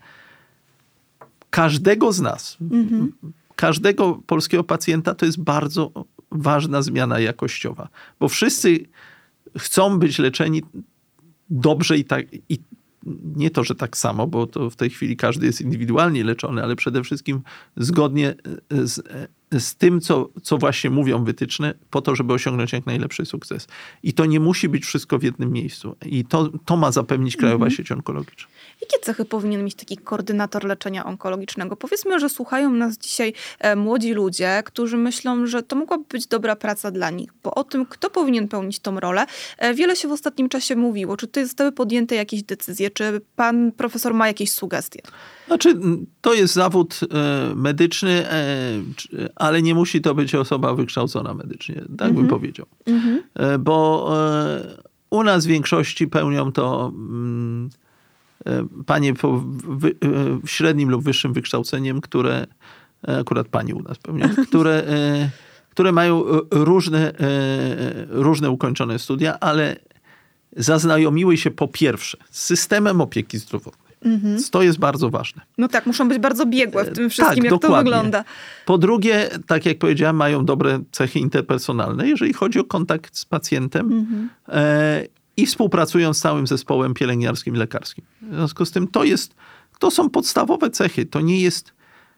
każdego z nas, mhm. każdego polskiego pacjenta to jest bardzo ważna zmiana jakościowa, bo wszyscy chcą być leczeni dobrze i tak, i nie to, że tak samo, bo to w tej chwili każdy jest indywidualnie leczony, ale przede wszystkim zgodnie z z tym, co, co właśnie mówią wytyczne, po to, żeby osiągnąć jak najlepszy sukces. I to nie musi być wszystko w jednym miejscu. I to, to ma zapewnić Krajowa Sieć Onkologiczna. Jakie cechy powinien mieć taki koordynator leczenia onkologicznego? Powiedzmy, że słuchają nas dzisiaj e, młodzi ludzie, którzy myślą, że to mogłaby być dobra praca dla nich, bo o tym, kto powinien pełnić tą rolę, e, wiele się w ostatnim czasie mówiło. Czy tutaj zostały podjęte jakieś decyzje? Czy pan profesor ma jakieś sugestie? Znaczy, to jest zawód e, medyczny, e, ale nie musi to być osoba wykształcona medycznie, tak mm-hmm. bym powiedział. Mm-hmm. E, bo e, u nas w większości pełnią to mm, e, panie po, wy, e, średnim lub wyższym wykształceniem, które, e, akurat panie u nas pełnią, które, e, które mają różne, e, różne ukończone studia, ale zaznajomiły się po pierwsze z systemem opieki zdrowotnej. Mhm. To jest bardzo ważne. No tak, muszą być bardzo biegłe w tym wszystkim, tak, jak dokładnie. to wygląda. Po drugie, tak jak powiedziałem, mają dobre cechy interpersonalne, jeżeli chodzi o kontakt z pacjentem mhm. e, i współpracują z całym zespołem pielęgniarskim i lekarskim. W związku z tym to jest, to są podstawowe cechy. To nie jest,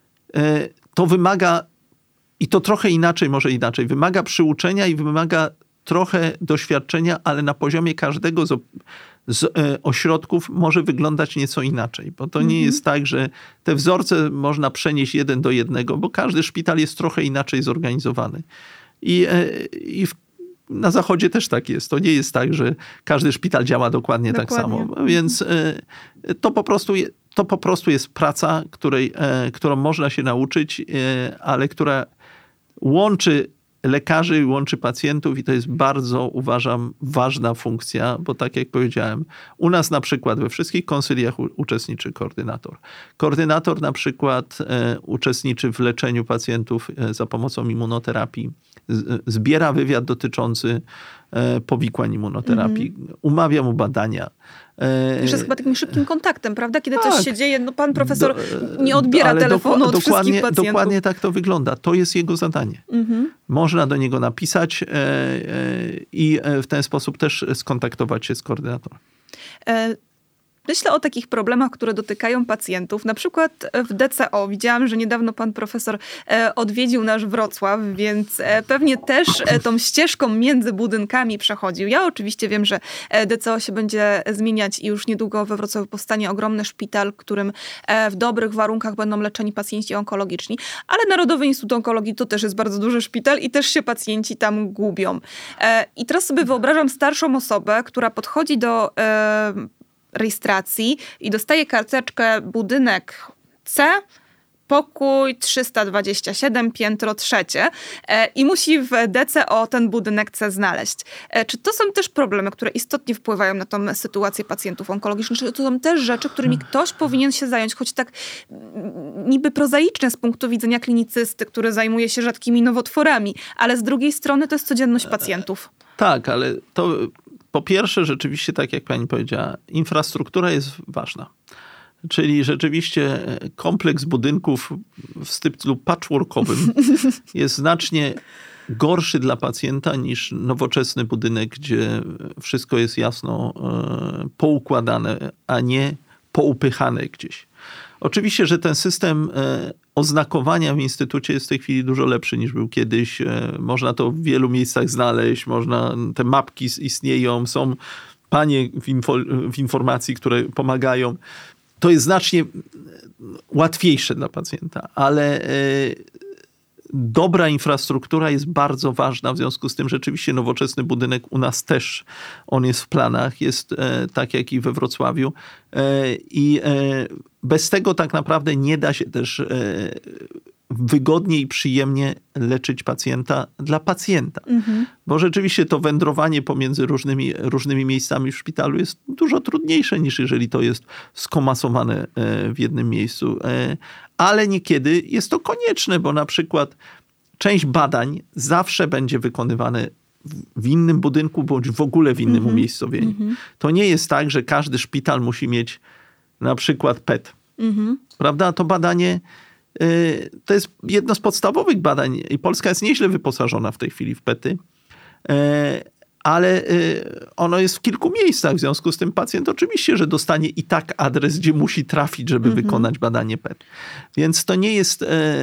e, to wymaga, i to trochę inaczej, może inaczej, wymaga przyuczenia i wymaga trochę doświadczenia, ale na poziomie każdego z, z e, ośrodków może wyglądać nieco inaczej. Bo to mm-hmm. nie jest tak, że te wzorce można przenieść jeden do jednego, bo każdy szpital jest trochę inaczej zorganizowany. I, e, i w, na Zachodzie też tak jest. To nie jest tak, że każdy szpital działa dokładnie, dokładnie. tak samo. Więc e, to po prostu je, to po prostu jest praca, której, e, którą można się nauczyć, e, ale która łączy lekarzy, łączy pacjentów i to jest bardzo, uważam, ważna funkcja, bo tak jak powiedziałem, u nas na przykład we wszystkich konsyliach u, uczestniczy koordynator. Koordynator na przykład e, uczestniczy w leczeniu pacjentów e, za pomocą immunoterapii, z, zbiera wywiad dotyczący e, powikłań immunoterapii, mm-hmm. umawia mu badania. Już jest chyba takim szybkim kontaktem, prawda? Kiedy tak. coś się dzieje, no pan profesor Do, nie odbiera telefonu do, od dokładnie, wszystkich pacjentów. Dokładnie tak to wygląda. To jest jego zadanie. Mm-hmm. Można do niego napisać e, e, i w ten sposób też skontaktować się z koordynatorem. E- Myślę o takich problemach, które dotykają pacjentów. Na przykład w D C O. Widziałam, że niedawno pan profesor odwiedził nasz Wrocław, więc pewnie też tą ścieżką między budynkami przechodził. Ja oczywiście wiem, że D C O się będzie zmieniać i już niedługo we Wrocławiu powstanie ogromny szpital, w którym w dobrych warunkach będą leczeni pacjenci onkologiczni. Ale Narodowy Instytut Onkologii to też jest bardzo duży szpital i też się pacjenci tam gubią. I teraz sobie wyobrażam starszą osobę, która podchodzi do rejestracji i dostaje karteczkę budynek C, pokój trzysta dwadzieścia siedem, piętro trzecie e, i musi w D C O ten budynek C znaleźć. E, czy to są też problemy, które istotnie wpływają na tą sytuację pacjentów onkologicznych? Czy to są też rzeczy, którymi ktoś powinien się zająć, choć tak niby prozaiczne z punktu widzenia klinicysty, który zajmuje się rzadkimi nowotworami, ale z drugiej strony to jest codzienność pacjentów. Tak, ale to po pierwsze rzeczywiście, tak jak pani powiedziała, infrastruktura jest ważna. Czyli rzeczywiście kompleks budynków w stylu patchworkowym jest znacznie gorszy dla pacjenta niż nowoczesny budynek, gdzie wszystko jest jasno e, poukładane, a nie poupychane gdzieś. Oczywiście, że ten system e, oznakowania w instytucie jest w tej chwili dużo lepszy niż był kiedyś. E, można to w wielu miejscach znaleźć, można, te mapki istnieją, są panie w, info, w informacji, które pomagają. To jest znacznie łatwiejsze dla pacjenta, ale e, dobra infrastruktura jest bardzo ważna, w związku z tym rzeczywiście nowoczesny budynek u nas też, on jest w planach, jest e, tak jak i we Wrocławiu e, i e, bez tego tak naprawdę nie da się też e, wygodnie i przyjemnie leczyć pacjenta dla pacjenta. Mhm. Bo rzeczywiście to wędrowanie pomiędzy różnymi, różnymi miejscami w szpitalu jest dużo trudniejsze niż jeżeli to jest skomasowane w jednym miejscu. Ale niekiedy jest to konieczne, bo na przykład część badań zawsze będzie wykonywane w innym budynku bądź w ogóle w innym mhm. umiejscowieniu. Mhm. To nie jest tak, że każdy szpital musi mieć na przykład P E T. Mhm. Prawda? To badanie to jest jedno z podstawowych badań i Polska jest nieźle wyposażona w tej chwili w P E Ty, ale ono jest w kilku miejscach. W związku z tym pacjent oczywiście, że dostanie i tak adres, gdzie musi trafić, żeby mhm. wykonać badanie P E T. Więc to nie jest,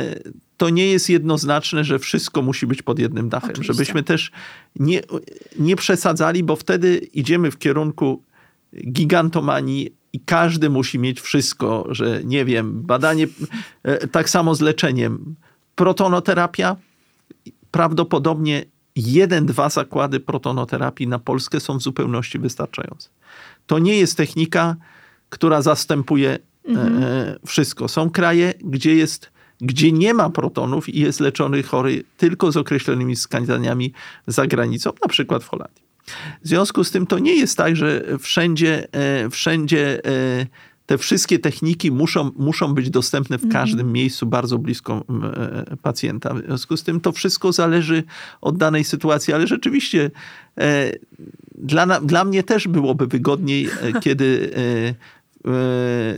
to nie jest jednoznaczne, że wszystko musi być pod jednym dachem. Oczywiście. Żebyśmy też nie, nie przesadzali, bo wtedy idziemy w kierunku gigantomanii i każdy musi mieć wszystko, że nie wiem, badanie, tak samo z leczeniem. Protonoterapia, prawdopodobnie jeden, dwa zakłady protonoterapii na Polskę są w zupełności wystarczające. To nie jest technika, która zastępuje mhm. e, wszystko. Są kraje, gdzie jest, gdzie nie ma protonów i jest leczony chory tylko z określonymi wskazaniami za granicą, na przykład w Holandii. W związku z tym to nie jest tak, że wszędzie, e, wszędzie e, te wszystkie techniki muszą, muszą być dostępne w każdym mhm. miejscu bardzo blisko e, pacjenta. W związku z tym to wszystko zależy od danej sytuacji, ale rzeczywiście e, dla, dla mnie też byłoby wygodniej, e, kiedy e, e,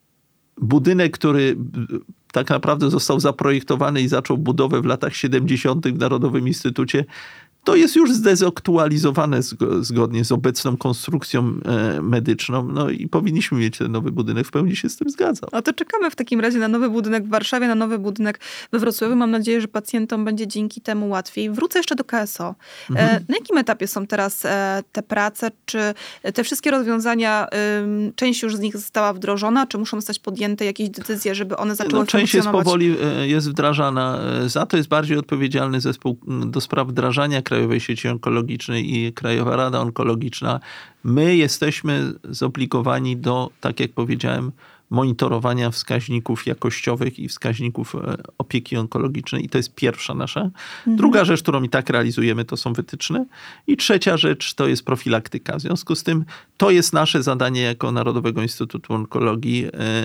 budynek, który tak naprawdę został zaprojektowany i zaczął budowę w latach siedemdziesiątych w Narodowym Instytucie, to jest już zdezaktualizowane zgodnie z obecną konstrukcją medyczną. No i powinniśmy mieć ten nowy budynek. W pełni się z tym zgadzam. A to czekamy w takim razie na nowy budynek w Warszawie, na nowy budynek we Wrocławiu. Mam nadzieję, że pacjentom będzie dzięki temu łatwiej. Wrócę jeszcze do K S O. Mhm. Na jakim etapie są teraz te prace? Czy te wszystkie rozwiązania, część już z nich została wdrożona? Czy muszą zostać podjęte jakieś decyzje, żeby one zaczęły no, część funkcjonować? Część jest powoli jest wdrażana. Za to jest bardziej odpowiedzialny zespół do spraw wdrażania Krajowej Sieci Onkologicznej i Krajowa Rada Onkologiczna. My jesteśmy zobligowani do, tak jak powiedziałem, monitorowania wskaźników jakościowych i wskaźników opieki onkologicznej. I to jest pierwsza nasza. Mhm. Druga rzecz, którą i tak realizujemy, to są wytyczne. I trzecia rzecz to jest profilaktyka. W związku z tym to jest nasze zadanie jako Narodowego Instytutu Onkologii,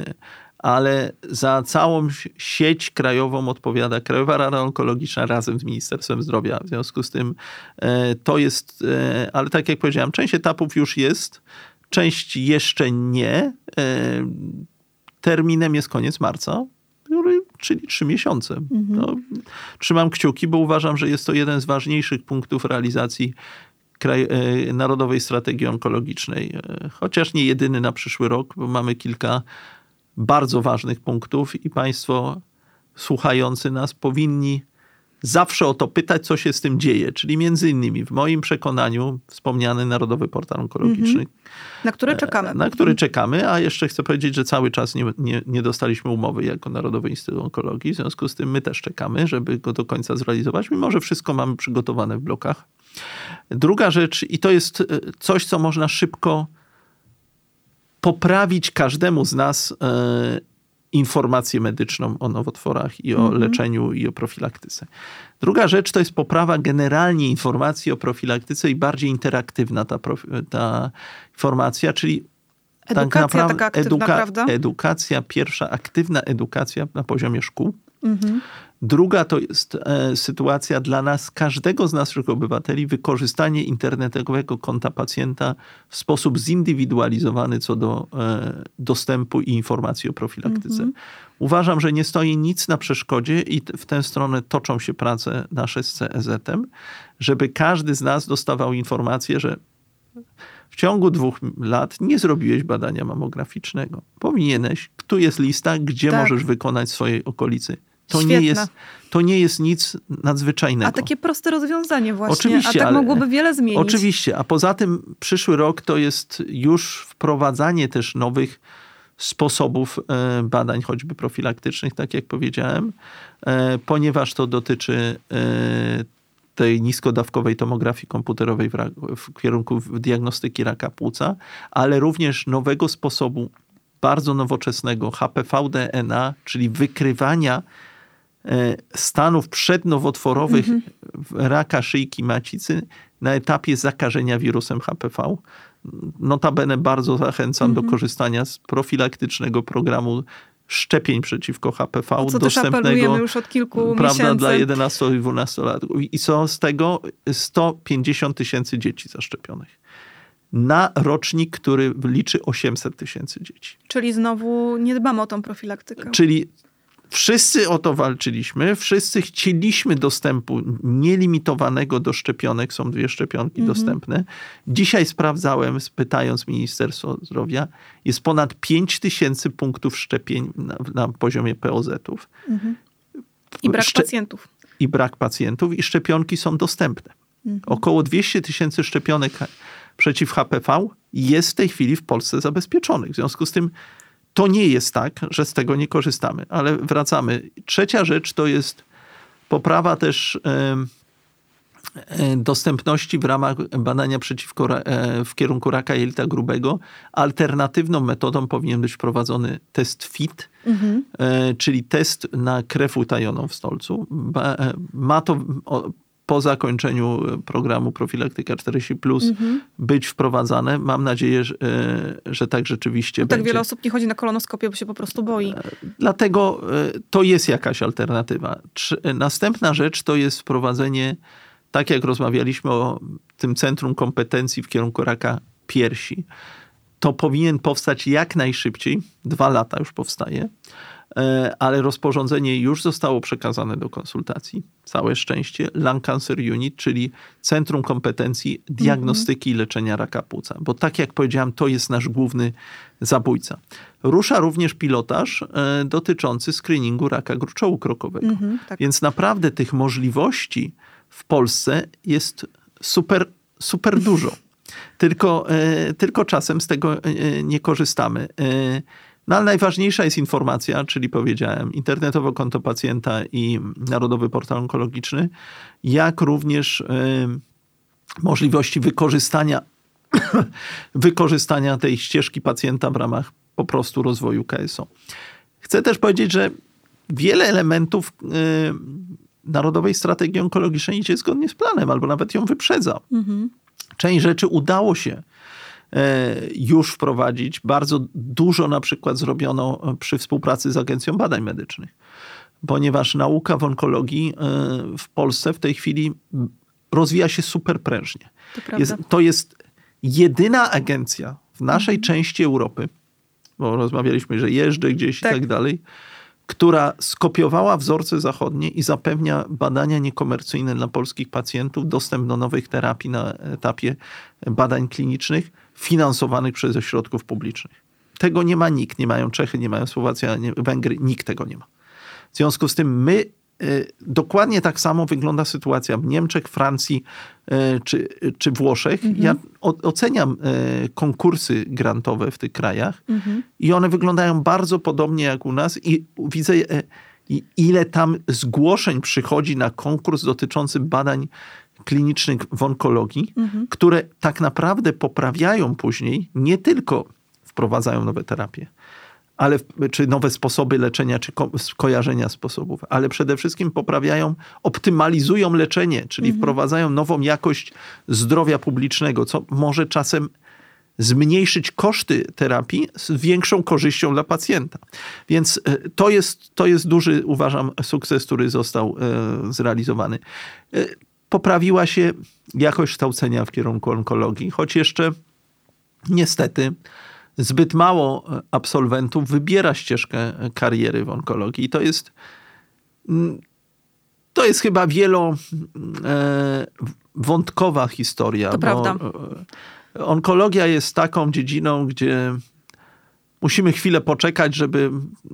ale za całą sieć krajową odpowiada Krajowa Rada Onkologiczna razem z Ministerstwem Zdrowia. W związku z tym to jest, ale tak jak powiedziałem, część etapów już jest, część jeszcze nie. Terminem jest koniec marca, czyli trzy miesiące. Mhm. No, trzymam kciuki, bo uważam, że jest to jeden z ważniejszych punktów realizacji Kraj, Narodowej Strategii Onkologicznej. Chociaż nie jedyny na przyszły rok, bo mamy kilka bardzo ważnych punktów i państwo słuchający nas powinni zawsze o to pytać, co się z tym dzieje. Czyli między innymi w moim przekonaniu wspomniany Narodowy Portal Onkologiczny. Mm-hmm. Na który czekamy. Na który czekamy, a jeszcze chcę powiedzieć, że cały czas nie, nie, nie dostaliśmy umowy jako Narodowy Instytut Onkologii. W związku z tym my też czekamy, żeby go do końca zrealizować, mimo że wszystko mamy przygotowane w blokach. Druga rzecz, i to jest coś, co można szybko poprawić każdemu z nas e, informację medyczną o nowotworach i o mm-hmm. leczeniu i o profilaktyce. Druga rzecz to jest poprawa generalnie informacji o profilaktyce i bardziej interaktywna ta, ta informacja, czyli edukacja tak naprawdę, taka aktywna, eduka- prawda? Edukacja, pierwsza aktywna edukacja na poziomie szkół. Mm-hmm. Druga to jest e, sytuacja dla nas, każdego z naszych obywateli, wykorzystanie internetowego konta pacjenta w sposób zindywidualizowany co do e, dostępu i informacji o profilaktyce. Mm-hmm. Uważam, że nie stoi nic na przeszkodzie i w tę stronę toczą się prace nasze z C E Z-em, żeby każdy z nas dostawał informację, że w ciągu dwóch lat nie zrobiłeś badania mamograficznego. Powinieneś. Tu jest lista, gdzie tak. możesz wykonać w swojej okolicy. To nie, jest, to nie jest nic nadzwyczajnego. A takie proste rozwiązanie właśnie. Oczywiście, a tak ale, mogłoby wiele zmienić. Oczywiście. A poza tym przyszły rok to jest już wprowadzanie też nowych sposobów badań, choćby profilaktycznych, tak jak powiedziałem, ponieważ to dotyczy tej niskodawkowej tomografii komputerowej w, w kierunku diagnostyki raka płuca, ale również nowego sposobu bardzo nowoczesnego H P V D N A, czyli wykrywania stanów przednowotworowych mm-hmm. raka szyjki macicy na etapie zakażenia wirusem H P V. Notabene bardzo zachęcam mm-hmm. do korzystania z profilaktycznego programu szczepień przeciwko H P V, o co dostępnego, też apelujemy już od kilku prawda, miesięcy. dla jedenastu i dwunastolatków. I są z tego sto pięćdziesiąt tysięcy dzieci zaszczepionych. Na rocznik, który liczy osiemset tysięcy dzieci. Czyli znowu nie dbamy o tą profilaktykę. Czyli Wszyscy o to walczyliśmy, wszyscy chcieliśmy dostępu nielimitowanego do szczepionek, są dwie szczepionki mhm. dostępne. Dzisiaj sprawdzałem, pytając Ministerstwo Zdrowia, jest ponad pięć tysięcy punktów szczepień na, na poziomie P O Z-ów. Mhm. I brak Szcze- pacjentów. I brak pacjentów i szczepionki są dostępne. Mhm. Około dwieście tysięcy szczepionek przeciw H P V jest w tej chwili w Polsce zabezpieczonych. W związku z tym to nie jest tak, że z tego nie korzystamy, ale wracamy. Trzecia rzecz to jest poprawa też dostępności w ramach badania przeciwko, w kierunku raka jelita grubego. Alternatywną metodą powinien być wprowadzony test F I T, mhm. czyli test na krew utajoną w stolcu. Ma to po zakończeniu programu Profilaktyka czterdzieści plus mhm. być wprowadzane. Mam nadzieję, że, że tak rzeczywiście no tak będzie. Wiele osób nie chodzi na kolonoskopię, bo się po prostu boi. Dlatego to jest jakaś alternatywa. Następna rzecz to jest wprowadzenie, tak jak rozmawialiśmy o tym Centrum Kompetencji w kierunku raka piersi. To powinien powstać jak najszybciej. Dwa lata już powstaje. Ale rozporządzenie już zostało przekazane do konsultacji. Całe szczęście. Lung Cancer Unit, czyli Centrum Kompetencji Diagnostyki i Leczenia Raka Płuca. Bo tak jak powiedziałem, to jest nasz główny zabójca. Rusza również pilotaż e, dotyczący screeningu raka gruczołu krokowego. Mm-hmm, tak. Więc naprawdę tych możliwości w Polsce jest super, super dużo. Tylko, e, tylko czasem z tego e, nie korzystamy. E, No ale najważniejsza jest informacja, czyli powiedziałem, internetowe konto pacjenta i Narodowy Portal Onkologiczny, jak również y, możliwości wykorzystania, wykorzystania tej ścieżki pacjenta w ramach po prostu rozwoju K S O. Chcę też powiedzieć, że wiele elementów y, Narodowej Strategii Onkologicznej idzie zgodnie z planem, albo nawet ją wyprzedza. Mhm. Część rzeczy udało się już wprowadzić. Bardzo dużo na przykład zrobiono przy współpracy z Agencją Badań Medycznych, ponieważ nauka w onkologii w Polsce w tej chwili rozwija się super prężnie. To, jest, to jest jedyna agencja w naszej mhm. części Europy, bo rozmawialiśmy, że jeżdżę gdzieś tak. i tak dalej, która skopiowała wzorce zachodnie i zapewnia badania niekomercyjne dla polskich pacjentów, dostęp do nowych terapii na etapie badań klinicznych finansowanych przez ośrodków publicznych. Tego nie ma nikt. Nie mają Czechy, nie mają Słowacja, nie, Węgry. Nikt tego nie ma. W związku z tym my y, dokładnie tak samo wygląda sytuacja w Niemczech, Francji y, czy, czy Włoszech. Mhm. Ja o, oceniam y, konkursy grantowe w tych krajach mhm. i one wyglądają bardzo podobnie jak u nas i widzę y, ile tam zgłoszeń przychodzi na konkurs dotyczący badań klinicznych w onkologii, mhm. które tak naprawdę poprawiają później, nie tylko wprowadzają nowe terapie, ale, czy nowe sposoby leczenia, czy ko- kojarzenia sposobów, ale przede wszystkim poprawiają, optymalizują leczenie, czyli mhm. wprowadzają nową jakość zdrowia publicznego, co może czasem zmniejszyć koszty terapii z większą korzyścią dla pacjenta. Więc to jest, to jest duży, uważam, sukces, który został e, zrealizowany. E, Poprawiła się jakość kształcenia w kierunku onkologii, choć jeszcze niestety zbyt mało absolwentów wybiera ścieżkę kariery w onkologii. I to jest, to jest chyba wielowątkowa historia. To prawda. Onkologia jest taką dziedziną, gdzie musimy chwilę poczekać, żeby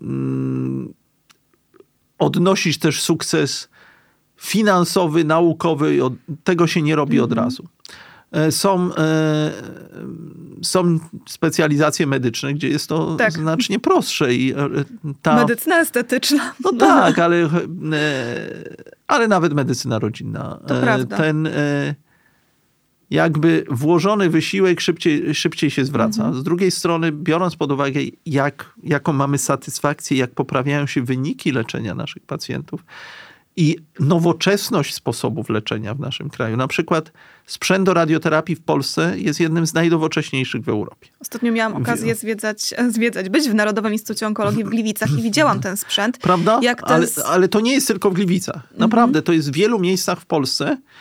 odnosić też sukces finansowy, naukowy, od, tego się nie robi mm-hmm. od razu. Są, e, są specjalizacje medyczne, gdzie jest to tak. znacznie prostsze. I ta, medycyna estetyczna. No tak, ale, e, ale nawet medycyna rodzinna. To e, prawda. Ten e, jakby włożony wysiłek szybciej, szybciej się zwraca. Mm-hmm. Z drugiej strony, biorąc pod uwagę, jak, jaką mamy satysfakcję, jak poprawiają się wyniki leczenia naszych pacjentów, i nowoczesność sposobów leczenia w naszym kraju. Na przykład sprzęt do radioterapii w Polsce jest jednym z najdowocześniejszych w Europie. Ostatnio miałam okazję zwiedzać, zwiedzać być w Narodowym Instytucie Onkologii w Gliwicach i widziałam ten sprzęt. Prawda? Jak ale, jest... ale to nie jest tylko w Gliwicach. Naprawdę, mm-hmm. to jest w wielu miejscach w Polsce,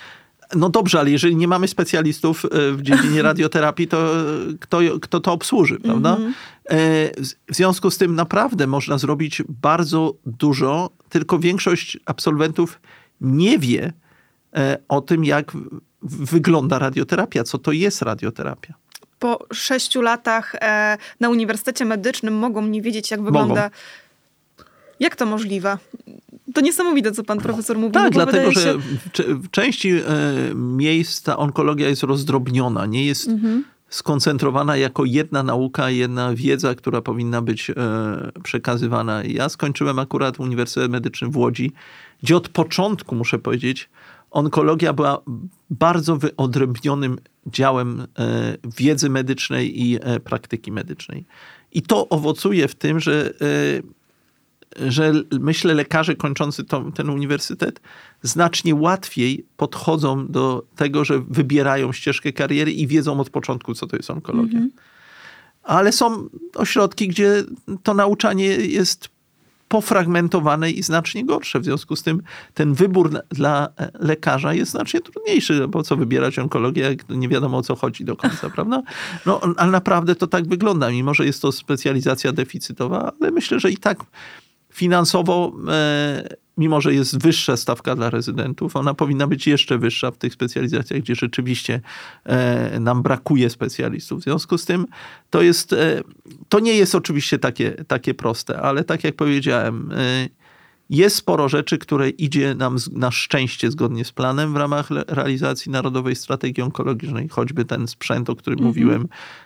No dobrze, ale jeżeli nie mamy specjalistów w dziedzinie radioterapii, to kto, kto to obsłuży, prawda? Mm-hmm. W związku z tym naprawdę można zrobić bardzo dużo, tylko większość absolwentów nie wie o tym, jak wygląda radioterapia, co to jest radioterapia. Po sześciu latach na Uniwersytecie Medycznym mogą nie wiedzieć, jak wygląda... Mogą. Jak to możliwe? To niesamowite, co pan profesor mówi. Tak, no dlatego, się... że w, w części e, miejsc ta onkologia jest rozdrobniona, nie jest mhm. skoncentrowana jako jedna nauka, jedna wiedza, która powinna być e, przekazywana. Ja skończyłem akurat Uniwersytet Medyczny w Łodzi, gdzie od początku, muszę powiedzieć, onkologia była bardzo wyodrębnionym działem e, wiedzy medycznej i e, praktyki medycznej. I to owocuje w tym, że e, że myślę, lekarze kończący to, ten uniwersytet znacznie łatwiej podchodzą do tego, że wybierają ścieżkę kariery i wiedzą od początku, co to jest onkologia. Mm-hmm. Ale są ośrodki, gdzie to nauczanie jest pofragmentowane i znacznie gorsze. W związku z tym ten wybór dla lekarza jest znacznie trudniejszy, bo co wybierać onkologię, jak nie wiadomo, o co chodzi do końca, prawda? No, ale naprawdę to tak wygląda, mimo że jest to specjalizacja deficytowa, ale myślę, że i tak finansowo, mimo że jest wyższa stawka dla rezydentów, ona powinna być jeszcze wyższa w tych specjalizacjach, gdzie rzeczywiście nam brakuje specjalistów. W związku z tym to jest, to nie jest oczywiście takie, takie proste, ale tak jak powiedziałem, jest sporo rzeczy, które idzie nam na szczęście zgodnie z planem w ramach realizacji Narodowej Strategii Onkologicznej, choćby ten sprzęt, o którym mm-hmm. mówiłem,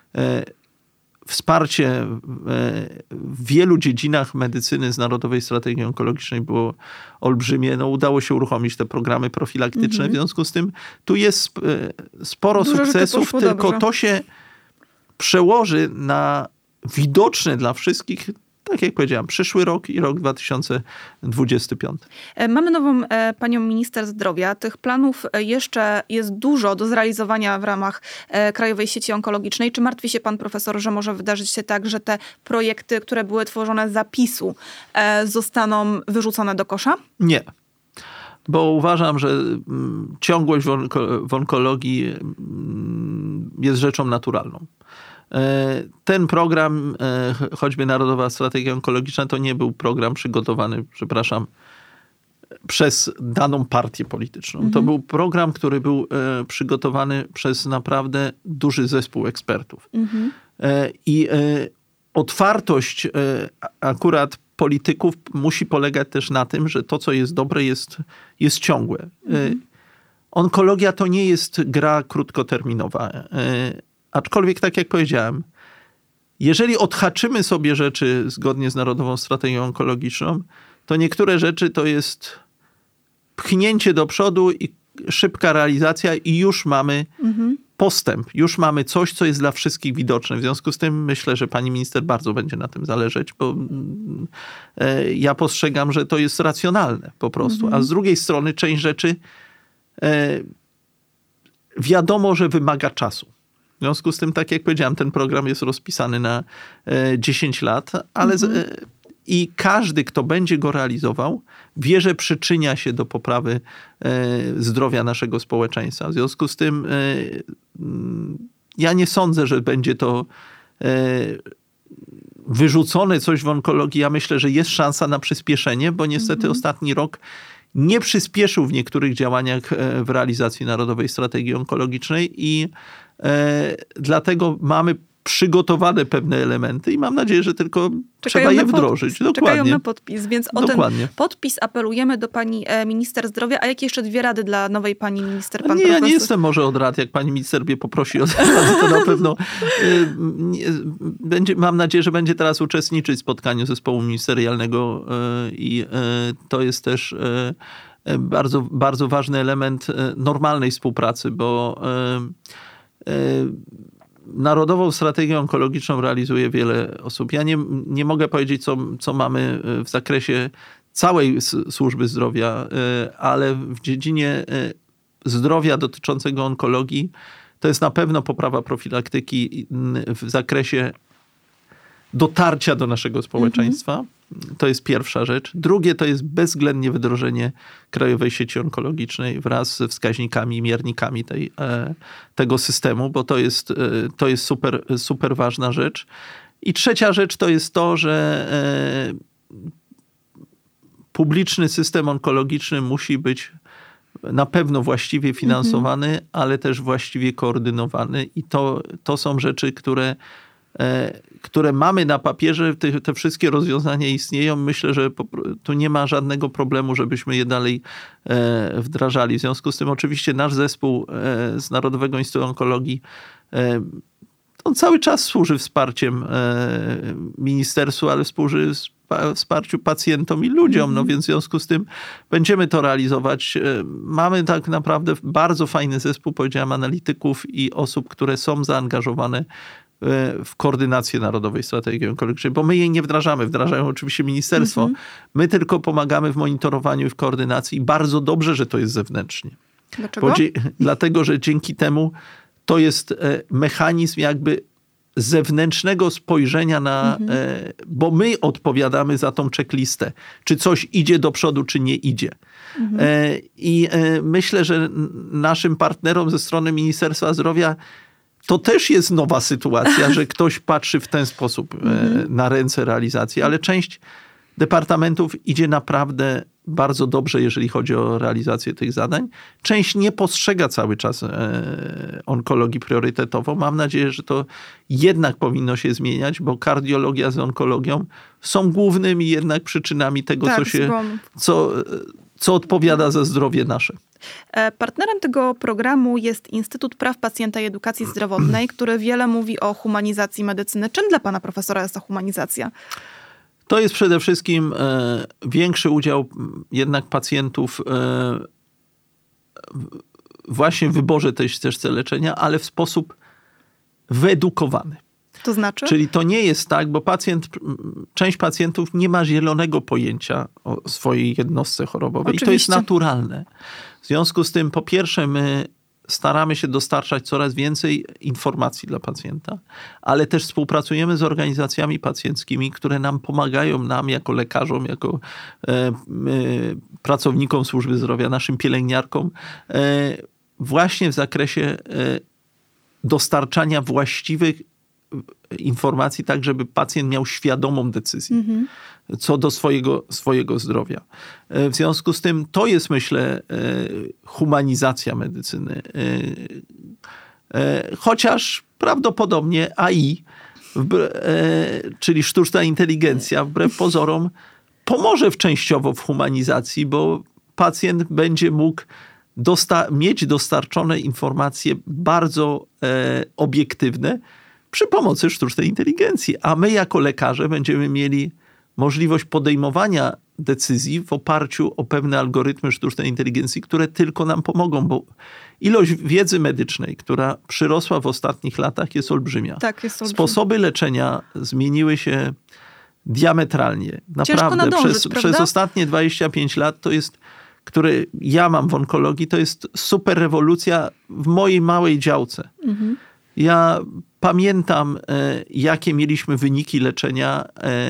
wsparcie w wielu dziedzinach medycyny z Narodowej Strategii Onkologicznej było olbrzymie. No, udało się uruchomić te programy profilaktyczne. Mm-hmm. W związku z tym tu jest sporo Dużo sukcesów, tylko dobrze. To się przełoży na widoczne dla wszystkich, tak jak powiedziałam, przyszły rok i rok dwa tysiące dwudziesty piąty. Mamy nową panią minister zdrowia. Tych planów jeszcze jest dużo do zrealizowania w ramach Krajowej Sieci Onkologicznej. Czy martwi się pan profesor, że może wydarzyć się tak, że te projekty, które były tworzone z zapisu, zostaną wyrzucone do kosza? Nie. Bo uważam, że ciągłość w, onko- w onkologii jest rzeczą naturalną. Ten program, choćby Narodowa Strategia Onkologiczna, to nie był program przygotowany, przepraszam, przez daną partię polityczną. Mhm. To był program, który był przygotowany przez naprawdę duży zespół ekspertów. Mhm. I otwartość akurat polityków musi polegać też na tym, że to, co jest dobre, jest, jest ciągłe. Mhm. Onkologia to nie jest gra krótkoterminowa. Aczkolwiek, tak jak powiedziałem, jeżeli odhaczymy sobie rzeczy zgodnie z Narodową Strategią Onkologiczną, to niektóre rzeczy to jest pchnięcie do przodu i szybka realizacja i już mamy mhm. postęp. Już mamy coś, co jest dla wszystkich widoczne. W związku z tym myślę, że pani minister bardzo będzie na tym zależeć, bo ja postrzegam, że to jest racjonalne po prostu. Mhm. A z drugiej strony część rzeczy wiadomo, że wymaga czasu. W związku z tym, tak jak powiedziałem, ten program jest rozpisany na dziesięć lat, ale mhm. z, i każdy, kto będzie go realizował, wie, że przyczynia się do poprawy zdrowia naszego społeczeństwa. W związku z tym ja nie sądzę, że będzie to wyrzucone coś w onkologii. Ja myślę, że jest szansa na przyspieszenie, bo niestety mhm. ostatni rok nie przyspieszył w niektórych działaniach w realizacji Narodowej Strategii Onkologicznej i e, dlatego mamy przygotowane pewne elementy i mam nadzieję, że tylko czekają trzeba je wdrożyć. Podpis. Dokładnie. Czekają na podpis, więc o Dokładnie. ten podpis apelujemy do pani minister zdrowia. A jakie jeszcze dwie rady dla nowej pani minister? Pan nie, profesor? Ja nie jestem może od rad. Jak pani minister mnie poprosi o rady, to na pewno y, nie, będzie, mam nadzieję, że będzie teraz uczestniczyć w spotkaniu zespołu ministerialnego y, i y, to jest też y, bardzo, bardzo ważny element normalnej współpracy, bo y, y, Narodową Strategię Onkologiczną realizuje wiele osób. Ja nie, nie mogę powiedzieć, co, co mamy w zakresie całej służby zdrowia, ale w dziedzinie zdrowia dotyczącego onkologii to jest na pewno poprawa profilaktyki w zakresie dotarcia do naszego społeczeństwa. Mhm. To jest pierwsza rzecz. Drugie to jest bezwzględnie wdrożenie Krajowej Sieci Onkologicznej wraz ze wskaźnikami i miernikami tej, tego systemu, bo to jest, to jest super, super ważna rzecz. I trzecia rzecz to jest to, że publiczny system onkologiczny musi być na pewno właściwie finansowany, mhm. ale też właściwie koordynowany. I to, to są rzeczy, które, e, które mamy na papierze. Te, te wszystkie rozwiązania istnieją. Myślę, że po, tu nie ma żadnego problemu, żebyśmy je dalej e, wdrażali. W związku z tym oczywiście nasz zespół e, z Narodowego Instytutu Onkologii e, on cały czas służy wsparciem e, ministerstwu, ale służy wsparciu pacjentom i ludziom. Mm-hmm. No więc w związku z tym będziemy to realizować. Mamy tak naprawdę bardzo fajny zespół, powiedziałem, analityków i osób, które są zaangażowane w koordynację Narodowej Strategii Onkologicznej, bo my jej nie wdrażamy. Wdrażają oczywiście ministerstwo. Mm-hmm. My tylko pomagamy w monitorowaniu i w koordynacji i bardzo dobrze, że to jest zewnętrznie. Dlaczego? Dzie- dlatego, że dzięki temu to jest mechanizm jakby zewnętrznego spojrzenia na, mhm. e, bo my odpowiadamy za tą checklistę, czy coś idzie do przodu, czy nie idzie. Mhm. E, I e, myślę, że naszym partnerom ze strony Ministerstwa Zdrowia to też jest nowa sytuacja, że ktoś patrzy w ten sposób mhm. e, na ręce realizacji, ale część departamentów idzie naprawdę bardzo dobrze, jeżeli chodzi o realizację tych zadań. Część nie postrzega cały czas e, onkologii priorytetowo. Mam nadzieję, że to jednak powinno się zmieniać, bo kardiologia z onkologią są głównymi jednak przyczynami tego, tak, co się, co, co odpowiada za zdrowie nasze. Partnerem tego programu jest Instytut Praw Pacjenta i Edukacji Zdrowotnej, który wiele mówi o humanizacji medycyny. Czym dla pana profesora jest ta humanizacja? To jest przede wszystkim e, większy udział jednak pacjentów e, właśnie w wyborze też, też leczenia, ale w sposób wyedukowany. To znaczy? Czyli to nie jest tak, bo pacjent, część pacjentów nie ma zielonego pojęcia o swojej jednostce chorobowej. Oczywiście. I to jest naturalne. W związku z tym, po pierwsze, my staramy się dostarczać coraz więcej informacji dla pacjenta, ale też współpracujemy z organizacjami pacjenckimi, które nam pomagają, nam jako lekarzom, jako e, e, pracownikom służby zdrowia, naszym pielęgniarkom, e, właśnie w zakresie e, dostarczania właściwych informacji, tak żeby pacjent miał świadomą decyzję mhm. co do swojego, swojego zdrowia. W związku z tym to jest, myślę, humanizacja medycyny. Chociaż prawdopodobnie A I, czyli sztuczna inteligencja, wbrew pozorom, pomoże w częściowo w humanizacji, bo pacjent będzie mógł dosta- mieć dostarczone informacje bardzo e, obiektywne przy pomocy sztucznej inteligencji. A my jako lekarze będziemy mieli możliwość podejmowania decyzji w oparciu o pewne algorytmy sztucznej inteligencji, które tylko nam pomogą, bo ilość wiedzy medycznej, która przyrosła w ostatnich latach, jest olbrzymia. Tak, jest olbrzymia. Sposoby leczenia zmieniły się diametralnie. Naprawdę. Nadążyć, przez, przez ostatnie dwadzieścia pięć lat to jest, które ja mam w onkologii, to jest super rewolucja w mojej małej działce. Mhm. Ja pamiętam, jakie mieliśmy wyniki leczenia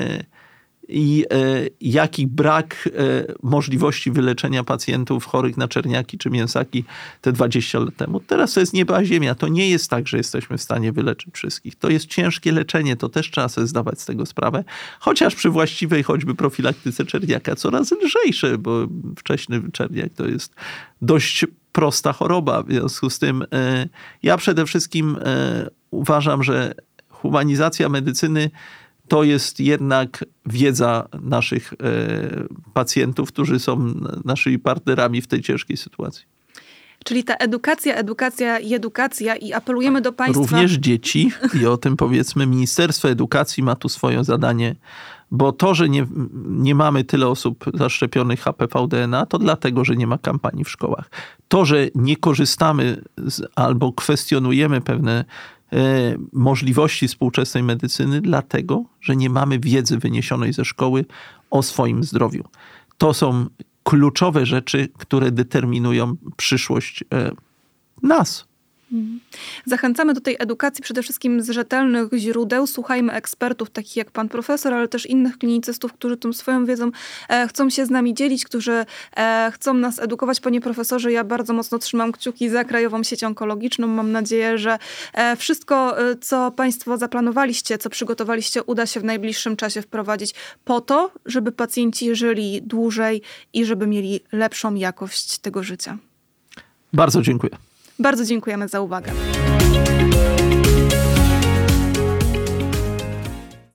i jaki brak możliwości wyleczenia pacjentów chorych na czerniaki czy mięsaki te dwadzieścia lat temu. Teraz to jest nieba a ziemia. To nie jest tak, że jesteśmy w stanie wyleczyć wszystkich. To jest ciężkie leczenie. To też trzeba sobie zdawać z tego sprawę. Chociaż przy właściwej choćby profilaktyce czerniaka coraz lżejsze, bo wcześny czerniak to jest dość prosta choroba. W związku z tym ja przede wszystkim uważam, że humanizacja medycyny to jest jednak wiedza naszych e, pacjentów, którzy są naszymi partnerami w tej ciężkiej sytuacji. Czyli ta edukacja, edukacja i edukacja i apelujemy do państwa... Również dzieci i o tym powiedzmy Ministerstwo Edukacji ma tu swoje zadanie, bo to, że nie, nie mamy tyle osób zaszczepionych H P V D N A, to dlatego, że nie ma kampanii w szkołach. To, że nie korzystamy z, albo kwestionujemy pewne możliwości współczesnej medycyny, dlatego, że nie mamy wiedzy wyniesionej ze szkoły o swoim zdrowiu. To są kluczowe rzeczy, które determinują przyszłość nas. Zachęcamy do tej edukacji przede wszystkim z rzetelnych źródeł. Słuchajmy ekspertów takich jak pan profesor, ale też innych klinicystów, którzy tą swoją wiedzą e, chcą się z nami dzielić, którzy e, chcą nas edukować. Panie profesorze, ja bardzo mocno trzymam kciuki za Krajową Sieć Onkologiczną. Mam nadzieję, że e, wszystko, e, co państwo zaplanowaliście, co przygotowaliście, uda się w najbliższym czasie wprowadzić po to, żeby pacjenci żyli dłużej i żeby mieli lepszą jakość tego życia. Bardzo dziękuję. Bardzo dziękujemy za uwagę.